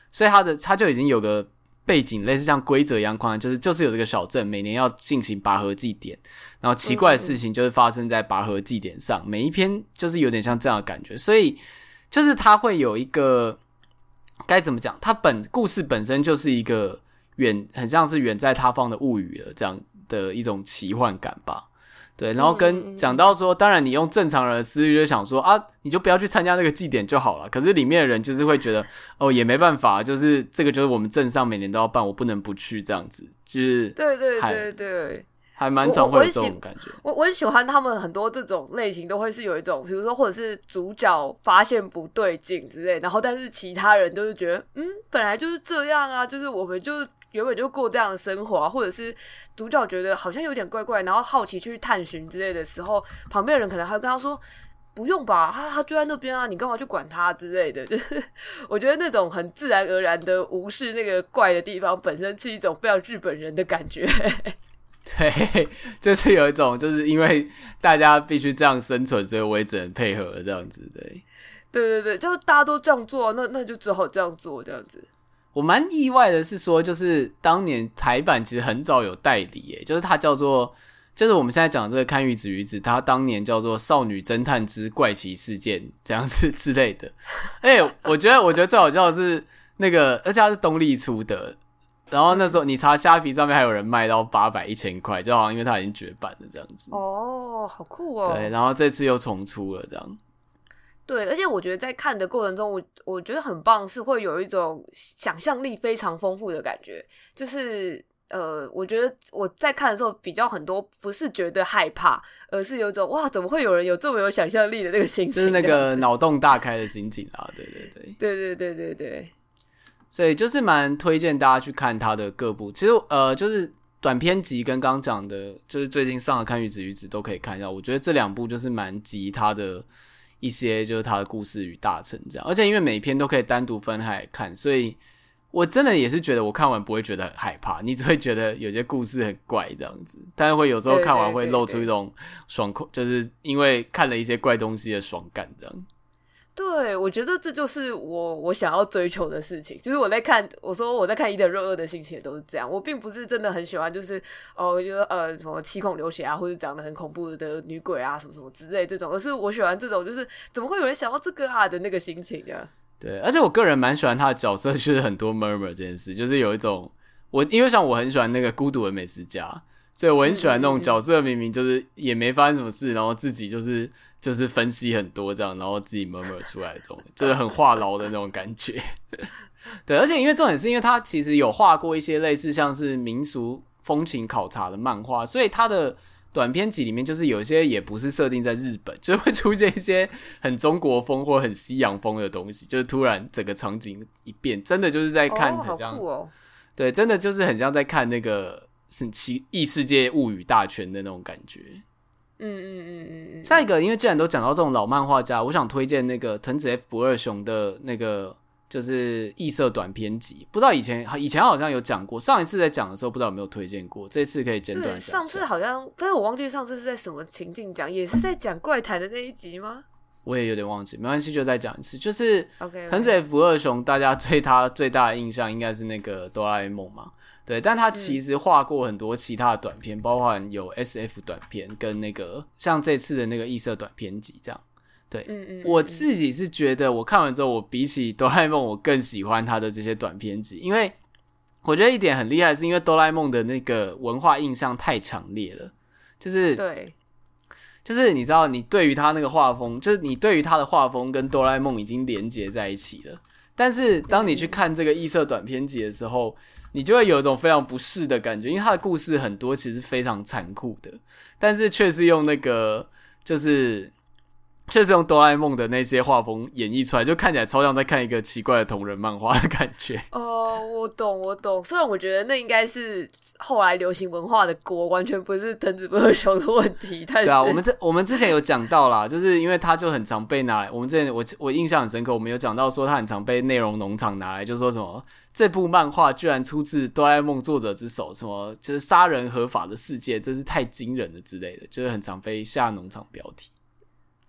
所以它的它就已经有个背景，类似像规则一样框，就是就是有这个小镇每年要进行拔河祭典，然后奇怪的事情就是发生在拔河祭典上，每一篇就是有点像这样的感觉，所以就是它会有一个该怎么讲，它本故事本身就是一个远很像是远在他方的物语了这样的一种奇幻感吧。对，然后跟讲到说，当然你用正常人的思虑就想说啊，你就不要去参加那个祭典就好了。可是里面的人就是会觉得，哦，也没办法，就是这个就是我们镇上每年都要办，我不能不去这样子。就是对对对对， 还蛮常会有这种感觉。 我我很喜欢他们很多这种类型都会是有一种，比如说或者是主角发现不对劲之类，然后但是其他人都是觉得，嗯，本来就是这样啊，就是我们就是。原本就过这样的生活啊，或者是主角觉得好像有点怪怪，然后好奇去探寻之类的时候，旁边的人可能还会跟他说：“不用吧，他他就在那边啊，你干嘛去管他之类的。”就是我觉得那种很自然而然的无视那个怪的地方，本身是一种非常日本人的感觉。 对，就是有一种，就是因为大家必须这样生存，所以我也只能配合这样子。对， 对对对，就大家都这样做，那那就只好这样做这样子。 我蛮意外的是说，就是当年台版其实很早有代理耶，就是它叫做，就是我们现在讲的这个看玉子鱼子，它当年叫做《少女侦探之怪奇事件》这样子之类的。哎、欸，我觉得我觉得最好笑的是那个，而且它是东立出的，然后那时候你查虾皮上面还有人卖到八百一千块，就好像因为它已经绝版了这样子。 哦，好酷哦！ 对，然后这次又重出了这样。 对，而且我觉得在看的过程中，我我觉得很棒，是会有一种想象力非常丰富的感觉。就是呃，我觉得我在看的时候比较很多，不是觉得害怕，而是有一种哇，怎么会有人有这么有想象力的那个心情， 就是那个脑洞大开的心情啦。对对对， 对对对对对。 所以就是蛮推荐大家去看他的各部。其实呃，就是短篇集跟刚刚讲的，就是最近上的《看玉子鱼子》都可以看一下。我觉得这两部就是蛮集他的。一些就是他的故事与大成这样，而且因为每一篇都可以单独分开来看，所以我真的也是觉得我看完不会觉得很害怕，你只会觉得有些故事很怪这样子，但是会有时候看完会露出一种爽口，就是因为看了一些怪东西的爽感这样。 对，我觉得这就是我我想要追求的事情。就是我在看，我说我在看伊藤润二的心情也都是这样。我并不是真的很喜欢，就是哦，我觉得呃什么七孔流血啊，或者长得很恐怖的女鬼啊，什么什么之类这种，而是我喜欢这种，就是怎么会有人想到这个啊的那个心情啊。 对，而且我个人蛮喜欢他的角色，就是很多 murmur 这件事，就是有一种我因为像我很喜欢那个孤独的美食家，所以我很喜欢那种角色明明就是也没发生什么事，然后自己就是。就是分析很多这样，然后自己 murmur 出来这种，就是很话痨的那种感觉。对，而且因为重点是因为他其实有画过一些类似像是民俗风情考察的漫画，所以他的短篇集里面就是有些也不是设定在日本，就是会出现一些很中国风或很西洋风的东西，就是突然整个场景一变，真的就是在看很像， 哦，好酷哦。 对，真的就是很像在看那个是异世界物语大全的那种感觉。 嗯嗯嗯嗯嗯。 下一个，因为既然都讲到这种老漫画家，我想推荐那个藤子 F 不二雄的那个就是异色短篇集，不知道以前以前好像有讲过，上一次在讲的时候不知道有没有推荐过，这次可以简短讲。 上次好像，但是我忘记上次是在什么情境讲，也是在讲怪谈的那一集吗？ 我也有点忘记，没关系，就再讲一次。就是藤子 okay, okay. F 不二雄，大家对他最大的印象应该是那个哆啦 A 梦嘛，对，但他其实画过很多其他的短片，嗯、包含有 S F 短片跟那个像这次的那个异色短片集这样。对，嗯嗯嗯我自己是觉得我看完之后，我比起哆啦 A 梦，我更喜欢他的这些短片集，因为我觉得一点很厉害，是因为哆啦 A 梦的那个文化印象太强烈了，就是对。 就是你知道，你对于他那个画风，就是你对于他的画风跟哆啦 A 梦已经连结在一起了。但是当你去看这个异色短篇集的时候，你就会有一种非常不适的感觉，因为他的故事很多其实非常残酷的，但是却是用那个就是确实用哆啦 A 梦的那些画风演绎出来，就看起来超像在看一个奇怪的同人漫画的感觉。 哦，我懂，我懂。虽然我觉得那应该是后来流行文化的锅，完全不是藤子不二雄的问题。但是对啊，我们这我们之前有讲到啦，就是因为他就很常被拿来，我们之前我我印象很深刻，我们有讲到说他很常被内容农场拿来，就说什么这部漫画居然出自哆啦 A 梦作者之手，什么就是杀人合法的世界，真是太惊人了之类的，就是很常被下农场标题。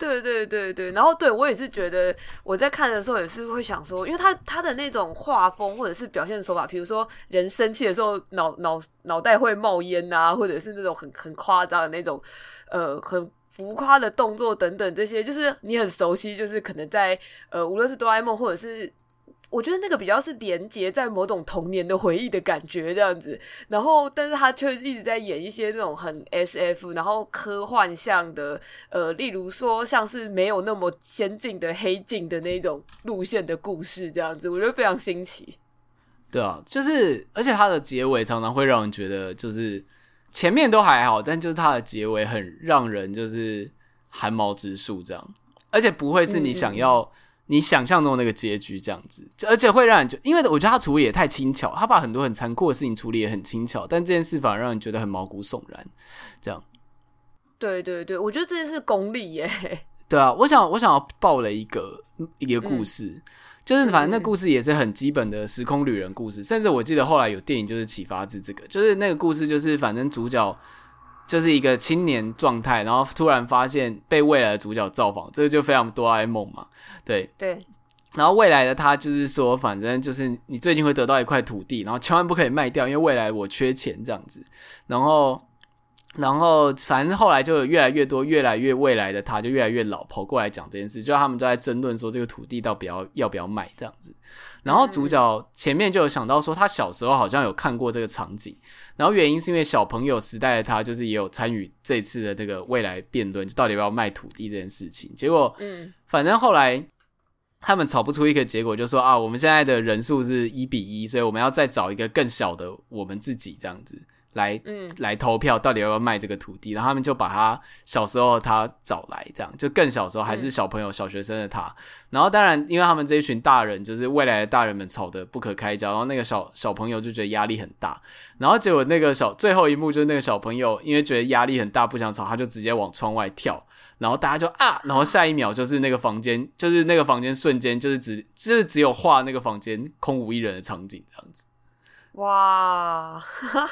对对对对，然后对我也是觉得我在看的时候也是会想说，因为他他的那种画风或者是表现手法，比如说人生气的时候脑脑脑袋会冒烟啊，或者是那种很很夸张的那种呃很浮夸的动作等等，这些就是你很熟悉，就是可能在呃无论是哆啦 A 梦或者是。我觉得那个比较是连结在某种童年的回忆的感觉这样子，然后但是他却一直在演一些那种很 S F 然后科幻向的呃，例如说像是没有那么先进的黑镜的那种路线的故事这样子，我觉得非常新奇。 对啊，就是而且他的结尾常常会让人觉得就是前面都还好，但就是他的结尾很让人就是寒毛直竖这样，而且不会是你想要、嗯嗯你想象中的那个结局这样子，而且会让人觉得，因为我觉得他处理也太轻巧，他把很多很残酷的事情处理也很轻巧，但这件事反而让人觉得很毛骨悚然。这样， 对对对，我觉得这件事功力耶。 对啊，我想我想要爆了一个一个故事，嗯、就是反正那故事也是很基本的时空旅人故事，甚至我记得后来有电影就是启发自这个，就是那个故事就是反正主角。就是一个青年状态，然后突然发现被未来的主角造访，这个就非常哆啦 A 梦嘛，对对。 然后未来的他就是说，反正就是你最近会得到一块土地，然后千万不可以卖掉，因为未来我缺钱这样子。然后，然后反正后来就有越来越多、越来越未来的他就越来越老，跑过来讲这件事，就他们就在争论说这个土地到底要要不要卖这样子。然后主角前面就有想到说，他小时候好像有看过这个场景，然后原因是因为小朋友时代的他，就是也有参与这一次的这个未来辩论，就到底要不要卖土地这件事情。结果，嗯，反正后来他们吵不出一个结果，就说啊，我们现在的人数是一比一，所以我们要再找一个更小的我们自己这样子。来、嗯、来投票到底要不要卖这个土地，然后他们就把他小时候他找来，这样就更小时候还是小朋友、嗯、小学生的他，然后当然因为他们这一群大人就是未来的大人们吵得不可开交，然后那个小小朋友就觉得压力很大，然后结果那个小最后一幕就是那个小朋友因为觉得压力很大不想吵，他就直接往窗外跳，然后大家就啊，然后下一秒就是那个房间就是那个房间瞬间就是只就是只有画那个房间空无一人的场景这样子。 哇，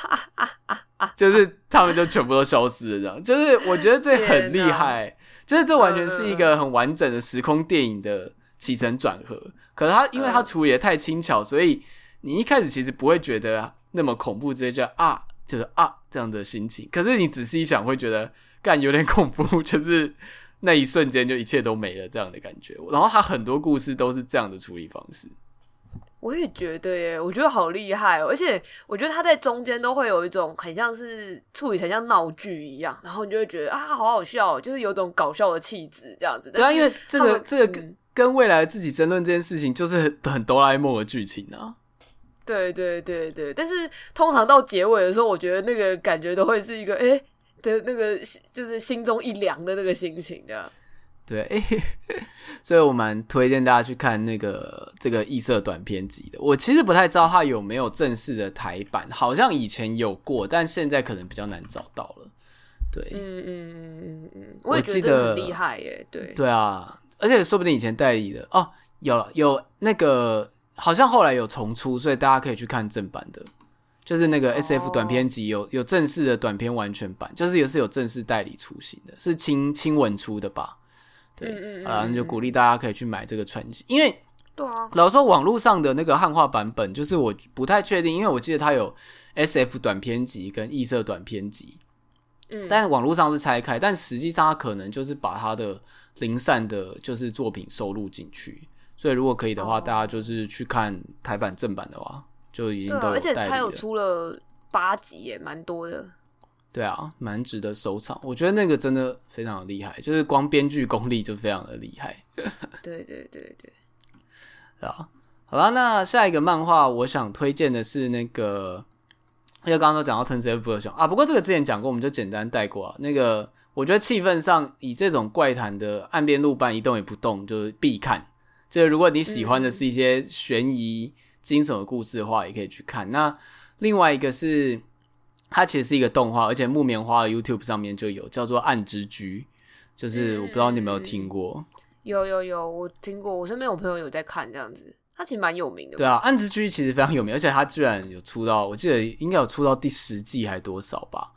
就是他们就全部都消失了，这样就是我觉得这很厉害，就是这完全是一个很完整的时空电影的起承转合。可是他因为他处理的太轻巧，所以你一开始其实不会觉得那么恐怖，直接就啊，就是啊这样的心情。可是你仔细一想，会觉得干有点恐怖，就是那一瞬间就一切都没了这样的感觉。然后他很多故事都是这样的处理方式。 我也觉得耶，我觉得好厉害哦！而且我觉得他在中间都会有一种很像是处理成像闹剧一样，然后你就会觉得啊，好好笑哦，就是有种搞笑的气质这样子。 对啊，因为这个这个跟跟未来自己争论这件事情，就是很很哆啦 A 梦的剧情啊。 对对对对，但是通常到结尾的时候，我觉得那个感觉都会是一个哎的那个，就是心中一凉的那个心情这样。 对，所以我蛮推荐大家去看那个这个异色短篇集的。我其实不太知道它有没有正式的台版，好像以前有过，但现在可能比较难找到了。对，嗯嗯嗯嗯嗯，我也觉得很厉害耶。对， 对啊，而且说不定以前代理的哦，有了有那个，好像后来有重出，所以大家可以去看正版的。就是那个 S F 短篇集有有正式的短篇完全版，就是也是有正式代理出行的，是青青文出的吧？对，嗯嗯啊，那就鼓励大家可以去买这个传奇，因为对啊， 老实说网络上的那个汉化版本，就是我不太确定，因为我记得它有 S F 短篇集跟异色短篇集，嗯，但网络上是拆开，但实际上它可能就是把它的零散的，就是作品收录进去，所以如果可以的话，哦、大家就是去看台版正版的话，就已经都有代理了，而且它有出了八集耶，蛮多的。 对啊，蛮值得收藏。我觉得那个真的非常的厉害，就是光编剧功力就非常的厉害。 对对对对， 啊，好啦，那下一个漫画我想推荐的是那个，因为刚刚都讲到 Turns Evolution 啊，不过这个之前讲过，我们就简单带过啊。那个我觉得气氛上以这种怪谈的岸边路伴一动也不动，就是必看。就是如果你喜欢的是一些悬疑、惊悚的故事的话，也可以去看。那另外一个是。它其实是一个动画，而且木棉花的 YouTube 上面就有，叫做《暗之居》，就是我不知道你有没有听过。 嗯、有有有，我听过，我身边有朋友有在看这样子，它其实蛮有名的。 对啊，《暗之居》其实非常有名，而且它居然有出到，我记得应该有出到第十季还多少吧？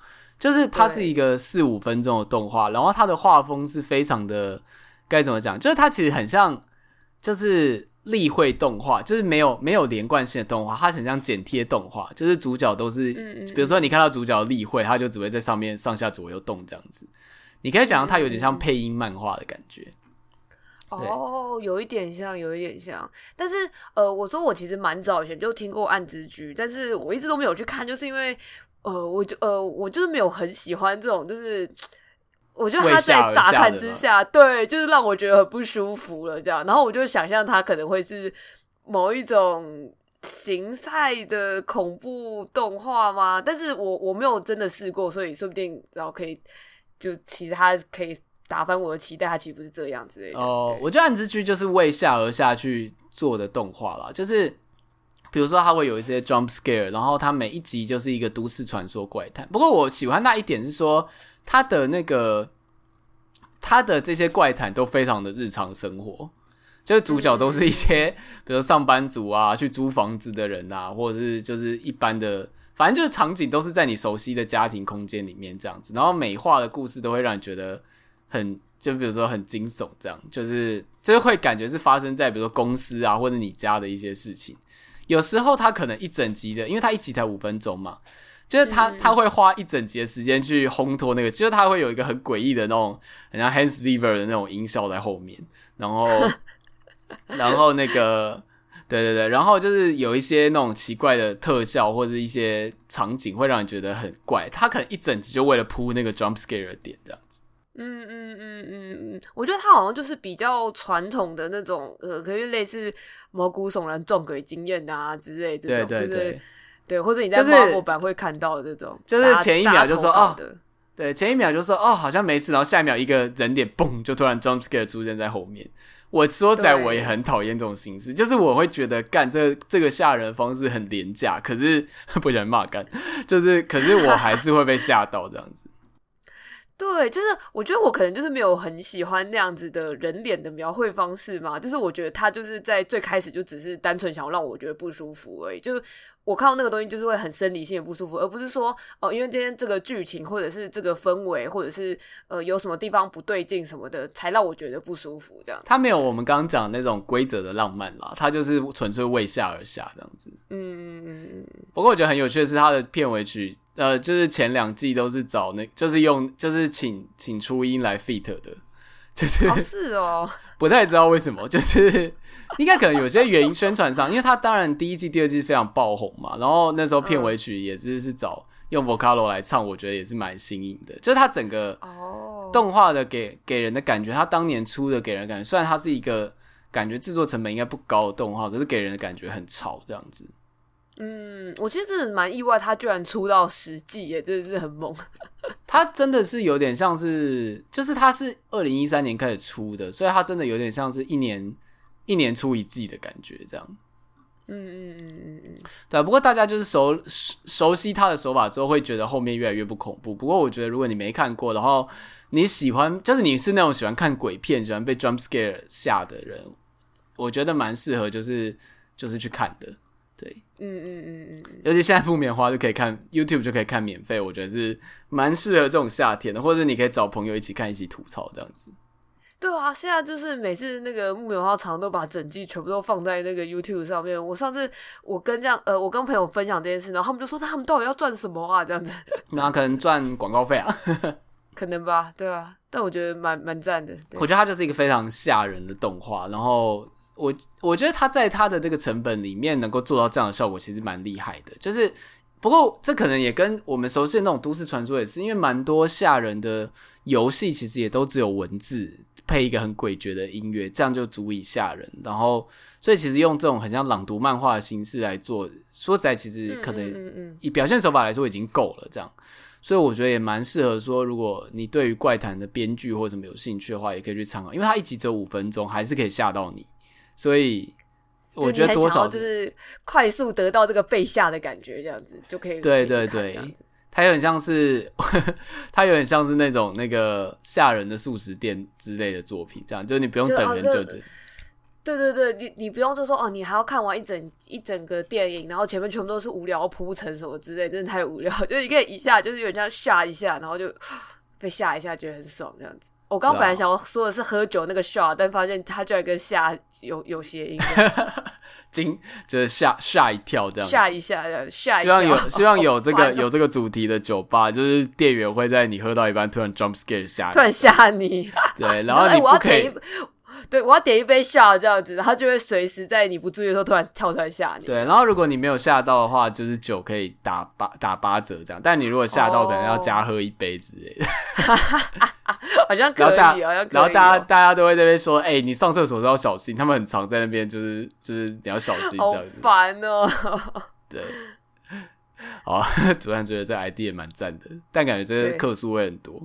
就是它是一个四五分钟的动画，然后它的画风是非常的该怎么讲，就是它其实很像就是例会动画，就是没有没有连贯性的动画，它很像剪贴动画，就是主角都是嗯嗯比如说你看到主角例会，他就只会在上面上下左右动这样子，你可以想象它有点像配音漫画的感觉。 哦，有一点像，有一点像，但是呃，我说我其实蛮早以前就听过暗之居，但是我一直都没有去看，就是因为呃，我就呃，我就是没有很喜欢这种，就是我觉得他在乍看之下，对，就是让我觉得很不舒服了，这样，然后我就想象他可能会是某一种形态的恐怖动画吗？但是我我没有真的试过，所以说不定然后可以就其实他可以打翻我的期待，他其实不是这样之类的。 哦，我觉得暗之居就是为下而下去做的动画啦，就是比如说它会有一些 jump scare， 然后它每一集就是一个都市传说怪谈。不过我喜欢那一点是说，它的那个它的这些怪谈都非常的日常生活，就是主角都是一些、嗯、比如上班族啊，去租房子的人啊，或者是就是一般的。反正就是场景都是在你熟悉的家庭空间里面这样子，然后美化的故事都会让你觉得很，就比如说很惊悚这样，就是就是会感觉是发生在比如说公司啊或者你家的一些事情。有时候他可能一整集的，因为他一集才五分钟嘛，就是他他会花一整集的时间去烘托那个，就是他会有一个很诡异的那种，很像 Hans Zimmer 的那种音效在后面，然后然后那个。对对对，然后就是有一些那种奇怪的特效或者一些场景会让你觉得很怪，他可能一整集就为了铺那个 jump scare 的点这样子。 嗯嗯嗯嗯嗯，我觉得他好像就是比较传统的那种，呃，可是类似毛骨悚然撞鬼经验啊之类这种， 对对对， 就是对，或者你在 Marvel 版会看到的这种， 就是前一秒就说哦， 的对，前一秒就说哦好像没事，然后下一秒一个人脸嘣就突然 jump scare 出现在后面。我说起来我也很讨厌这种形式，就是我会觉得干这这个吓人的方式很廉价，可是不想骂干，就是可是我还是会被吓到这样子。 对，就是我觉得我可能就是没有很喜欢那样子的人脸的描绘方式嘛，就是我觉得他就是在最开始就只是单纯想要让我觉得不舒服而已，就是我看到那个东西就是会很生理性的不舒服，而不是说哦、呃，因为今天这个剧情或者是这个氛围或者是呃有什么地方不对劲什么的，才让我觉得不舒服这样。 他没有我们刚刚讲的那种规则的浪漫啦，他就是纯粹为下而下这样子。嗯嗯嗯。不过我觉得很有趣的是他的片尾曲。呃，就是前两季都是找那，就是用，就是请请初音来 feat 的，就是哦是哦， 不太知道为什么，就是应该可能有些原因，宣传上，因为他当然第一季、第二季非常爆红嘛，然后那时候片尾曲也是是找用 Vocalo 来唱，我觉得也是蛮新颖的，就是他整个动画的给给人的感觉，他当年出的给人的感觉，虽然它是一个感觉制作成本应该不高的动画，可是给人的感觉很潮这样子。 嗯，我其实真的蛮意外，他居然出到十季耶，真的是很猛。 他真的是有点像是，就是他是二零一三年开始出的，所以他真的有点像是一年一年出一季的感觉，这样。嗯嗯嗯嗯嗯，对。不过大家就是熟熟悉他的手法之后，会觉得后面越来越不恐怖。不过我觉得，如果你没看过，然后你喜欢，就是你是那种喜欢看鬼片、喜欢被 jump scare 吓的人，我觉得蛮适合，就是就是去看的。对，嗯嗯嗯嗯，尤其现在不棉花就可以看 YouTube 就可以看免费，我觉得是蛮适合这种夏天的，或者你可以找朋友一起看，一起吐槽这样子。 对啊，现在就是每次那个木棉花常都把整季全部都放在那个 YouTube 上面。我上次我跟这样呃，我跟朋友分享这件事，然后他们就说他们到底要赚什么啊？这样子， 那可能赚广告费啊， 可能吧，对啊。但我觉得蛮蛮赞的。 我觉得它就是一个非常吓人的动画，然后。我我觉得他在他的这个成本里面能够做到这样的效果，其实蛮厉害的。就是不过这可能也跟我们熟悉的那种都市传说也是，因为蛮多吓人的游戏其实也都只有文字配一个很诡谲的音乐，这样就足以吓人。然后所以其实用这种很像朗读漫画的形式来做，说实在其实可能以表现手法来说已经够了这样。所以我觉得也蛮适合说，如果你对于怪谈的编剧或什么有兴趣的话，也可以去参考，因为它一集只有五分钟，还是可以吓到你。所以我觉得多少就是快速得到这个被吓的感觉，这样子就可以。 对对对，它有点像是它有点像是那种那个吓人的速食店之类的作品，这样就是你不用等很久的。 对对对，你你不用就说哦，你还要看完一整一整个电影，然后前面全部都是无聊铺陈什么之类，真的太无聊。就是你可以一下就是有点像吓一下，然后就被吓一下，觉得很爽这样子。我刚本来想要说的是喝酒那个 shot， 但发现他居然跟吓有有谐音， 惊就是吓吓一跳这样子， 吓一下，吓一跳。 希望有希望有这个、哦、有这个主题的酒吧，就是店员会在你喝到一半突然 jump scare 吓你， 突然吓你， 对，然后你不可以。 对，我要点一杯下这样子，然后就会随时在你不注意的时候突然跳出来吓你。 对，然后如果你没有吓到的话，就是酒可以打八打八折这样。但你如果吓到，可能要加喝一杯之类的。 好像可以， 然后好像可以。 然后大家大家都会在那边说：“哎、欸，你上厕所都要小心。”他们很常在那边，就是就是你要小心这样子。 好烦哦。 对，好，主任觉得这 idea 蛮赞的，但感觉这个客数会很多。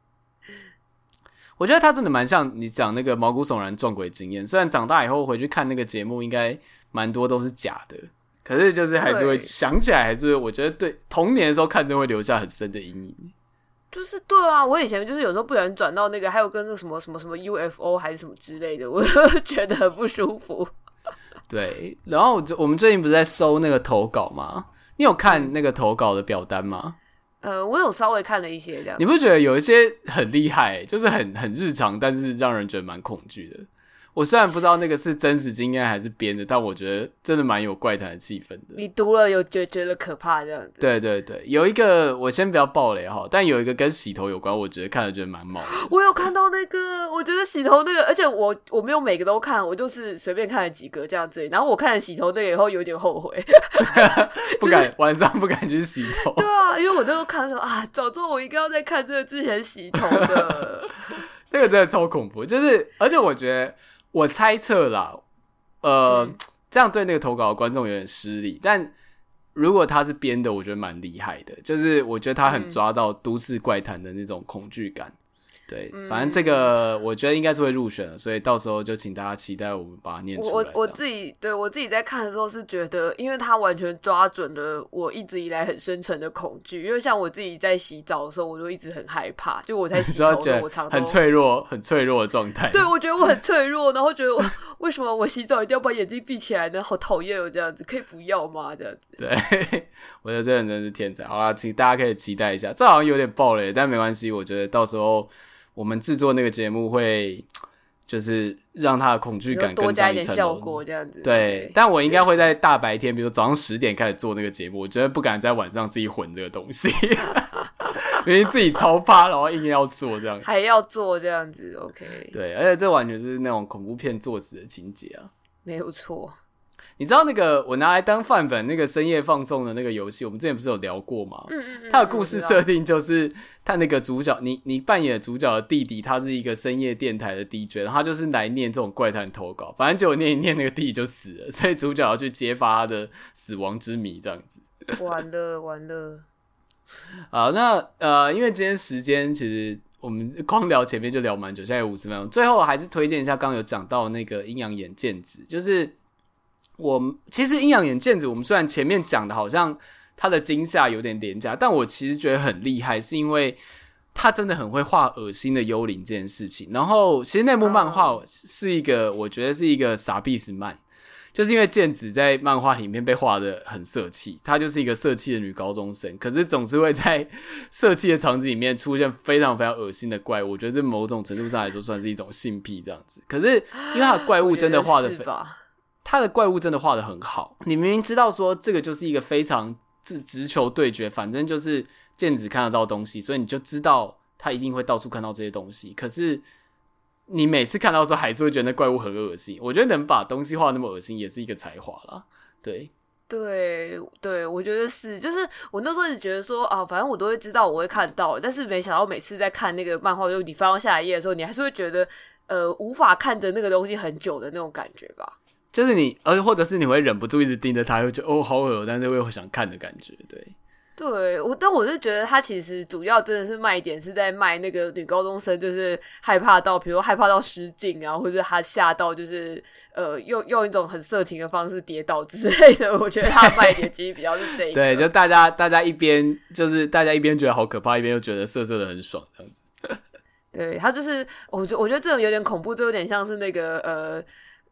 我觉得他真的蛮像你讲那个毛骨悚然撞鬼经验，虽然长大以后回去看那个节目，应该蛮多都是假的，可是就是还是会想起来，还是我觉得对童年的时候看，真会留下很深的阴影。 就是对啊，我以前就是有时候不小心转到那个，还有跟那个什么什么什么 U F O 还是什么之类的，我就觉得很不舒服。对， 然后我们最近不是在收那个投稿吗？你有看那个投稿的表单吗？ 呃，我有稍微看了一些这样。 你不觉得有一些很厉害，就是很很日常，但是让人觉得蛮恐惧的？我虽然不知道那个是真实经验还是编的，但我觉得真的蛮有怪谈的气氛的。 你读了有觉觉得可怕这样子？ 对对对，有一个我先不要爆雷哈，但有一个跟洗头有关，我觉得看了觉得蛮毛的。 我有看到那个，我觉得洗头那个，而且我我没有每个都看，我就是随便看了几个这样子。然后我看了洗头那个以后有点后悔， 不敢、就是、晚上不敢去洗头。 对啊，因为我那时候看说啊，早知道我应该要在看这个之前洗头的。 那个真的超恐怖，就是而且我觉得。我猜测啦，呃、嗯，这样对那个投稿的观众有点失礼，但如果他是编的，我觉得蛮厉害的，就是我觉得他很抓到都市怪谈的那种恐惧感。对，反正这个我觉得应该是会入选的，所以到时候就请大家期待我们把它念出来。 我我自己对我自己在看的时候是觉得，因为他完全抓准了我一直以来很深沉的恐惧。因为像我自己在洗澡的时候，我就一直很害怕，就我在洗头的时候，我常常很脆弱、很脆弱的状态。 对，我觉得我很脆弱，然后觉得我为什么我洗澡一定要把眼睛闭起来呢？好讨厌哦，这样子可以不要吗？这样子。 对，我觉得这人真是天才。好啦，请大家可以期待一下，这好像有点爆雷，但没关系，我觉得到时候。我们制作那个节目会就是让他的恐惧感更上一层楼，多加一点效果这样子。 对，但我应该会在大白天，比如早上十点开始做那个节目，我觉得不敢在晚上自己混这个东西，因为自己超怕，然后硬要做这样， 还要做这样子 ，OK。 对，而且这完全是那种恐怖片作死的情节啊， 没有错。 你知道那个我拿来当范本那个深夜放送的那个游戏，我们之前不是有聊过吗？ 嗯嗯嗯。 它的故事设定就是他那个主角，你你扮演的主角的弟弟，他是一个深夜电台的 D J， 然后他就是来念这种怪谈投稿，反正结果念一念那个弟弟就死了，所以主角要去揭发他的死亡之谜，这样子。 完了完了。 好，那呃，因为今天时间其实我们光聊前面就聊蛮久，现在有五十分钟，最后还是推荐一下，刚刚有讲到那个阴阳眼剑子，就是。我其实阴阳眼剑子，我们虽然前面讲的好像他的惊吓有点廉价，但我其实觉得很厉害，是因为他真的很会画恶心的幽灵这件事情。然后其实那部漫画是一个， oh. 我觉得是一个傻逼死漫，就是因为剑子在漫画里面被画得很色气，她就是一个色气的女高中生，可是总是会在色气的场景里面出现非常非常恶心的怪物。我觉得这某种程度上来说算是一种性癖这样子。可是因为他的怪物真的画得非他的怪物真的画得很好，你明明知道说这个就是一个非常直球对决，反正就是剑子看得到东西，所以你就知道他一定会到处看到这些东西。可是你每次看到的时候，还是会觉得那怪物很恶心。我觉得能把东西画那么恶心，也是一个才华啦。对。 对对，我觉得是，就是我那时候一直觉得说啊，反正我都会知道，我会看到，但是没想到每次在看那个漫画，就你翻到下一页的时候，你还是会觉得呃无法看着那个东西很久的那种感觉吧。 就是你，而或者是你会忍不住一直盯着它，会觉得哦好恶，但是会想看的感觉，对。 对，我但我是觉得他其实主要真的是卖点是在卖那个女高中生，就是害怕到，比如害怕到失禁啊，或者他吓到，就是呃用用一种很色情的方式跌倒之类的。我觉得他的卖点其实比较是这一个。 对，就大家大家一边就是大家一边觉得好可怕，一边又觉得色色的很爽这样子。 对，他就是我觉我觉得这种有点恐怖，就有点像是那个呃。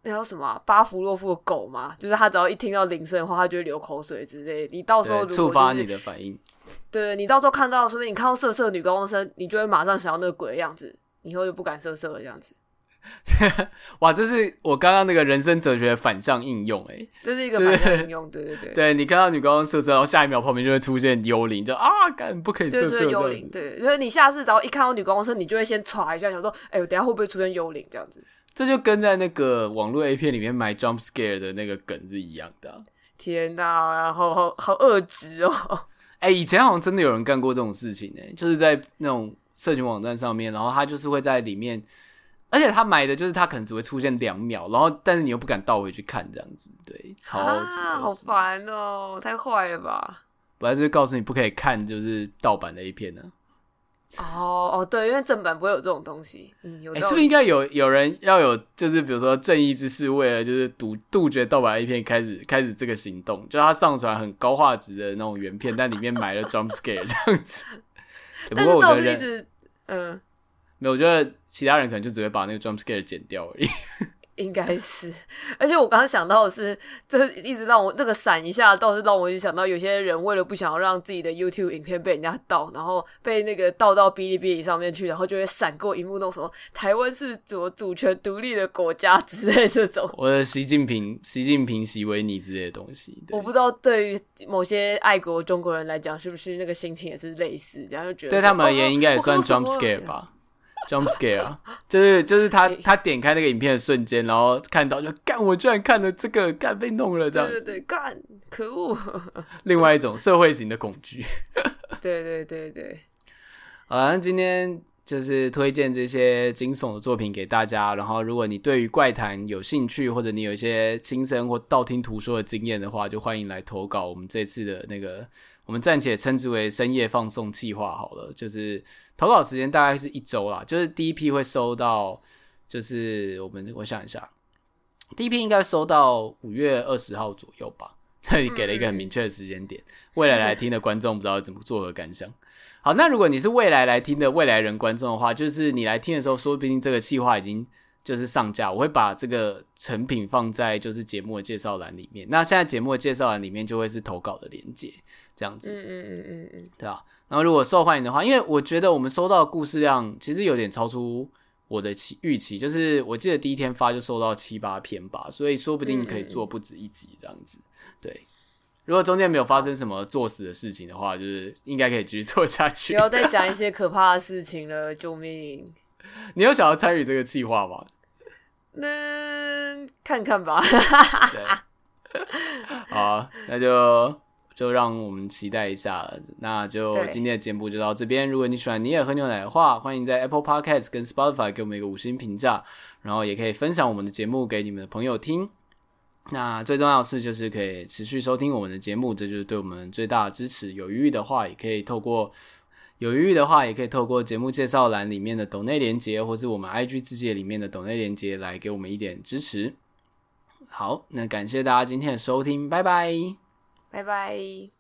那叫什么、啊、巴甫洛夫的狗嘛，就是他只要一听到铃声的话，他就会流口水之类的。你到时候如果、就是、 触发你的反应， 对，你到时候看到，说不定你看到色色的女高中生，你就会马上想到那个鬼的样子，以后就不敢色色了这样子。 哇，这是我刚刚那个人生哲学的反向应用哎、欸， 这是一个反向应用，对对对。 对，你看到女高中色色，然后下一秒旁边就会出现幽灵，就啊，干不可以色色， 就是幽灵，对，所以你下次只要一看到女高中生，你就会先歘一下，想说，哎、欸，我等一下会不会出现幽灵这样子？ 这就跟在那个网络 A 片里面买 jump scare 的那个梗是一样的、啊。 天哪，好好好恶质哦！ 哎、欸，以前好像真的有人干过这种事情哎、欸，就是在那种社群网站上面，然后他就是会在里面。而且他买的就是他可能只会出现两秒，然后但是你又不敢倒回去看这样子，对，超级啊，好烦哦，太坏了吧！ 本来就是告诉你不可以看就是盗版的 A 片呢、 啊。哦哦，对，因为正版不会有这种东西。嗯，有、欸。 是不是应该有有人要有就是比如说正义之士为了就是杜杜绝盗版 A 片开始开始这个行动，就他上传很高画质的那种原片，但里面埋了 jump scare 这样子。 但是倒是一直嗯。 没有，我觉得其他人可能就只会把那个 jump scare 剪掉而已。 应该是，而且我刚刚想到的是，这一直让我那个闪一下，倒是让我一直想到有些人为了不想要让自己的 YouTube 影片被人家盗，然后被那个盗到哔哩哔哩上面去，然后就会闪过荧幕那种什么台湾是怎么主权独立的国家之类这种。 我的习近平、习近平、习维尼之类的东西， 我不知道对于某些爱国中国人来讲，是不是那个心情也是类似，这样就觉得对他们而言应该也算 jump scare 吧。jump scare 啊，就是就是他他点开那个影片的瞬间，然后看到就干，我居然看了这个，干被弄了这样子， 对对对，干，可恶！ 另外一种社会型的恐惧。 对对对对， 好啦，那今天就是推荐这些惊悚的作品给大家，然后如果你对于怪谈有兴趣，或者你有一些亲身或道听途说的经验的话，就欢迎来投稿我们这次的那个，我们暂且称之为深夜放送企划好了，就是投稿时间大概是一周啦，就是第一批会收到，就是我们我想一下，第一批应该收到五月二十号左右吧，这里给了一个很明确的时间点，未来来听的观众不知道怎么作何感想。好，那如果你是未来来听的未来人观众的话，就是你来听的时候，说不定这个企划已经就是上架，我会把这个成品放在就是节目的介绍栏里面。那现在节目的介绍栏里面就会是投稿的连结，这样子。 嗯嗯嗯嗯嗯， 对吧？然后如果受欢迎的话，因为我觉得我们收到的故事量其实有点超出我的预期，就是我记得第一天发就收到七八篇吧，所以说不定可以做不止一集这样子。对。如果中间没有发生什么作死的事情的话，就是应该可以继续做下去。 不要再讲一些可怕的事情了，救命！ 你有想要参与这个企划吗？ 那看看吧。 对，好，那就就让我们期待一下了。那就今天的节目就到这边。如果你喜欢你也喝牛奶的话，欢迎在 Apple Podcast 跟 Spotify 给我们一个五星评价，然后也可以分享我们的节目给你们的朋友听。那最重要的是就是可以持续收听我们的节目，这就是对我们最大的支持。有余裕的话也可以透过有余裕的话也可以透过节目介绍栏里面的抖内连结，或是我们 I G 自介里面的抖内连结来给我们一点支持。好，那感谢大家今天的收听，拜拜， 拜拜。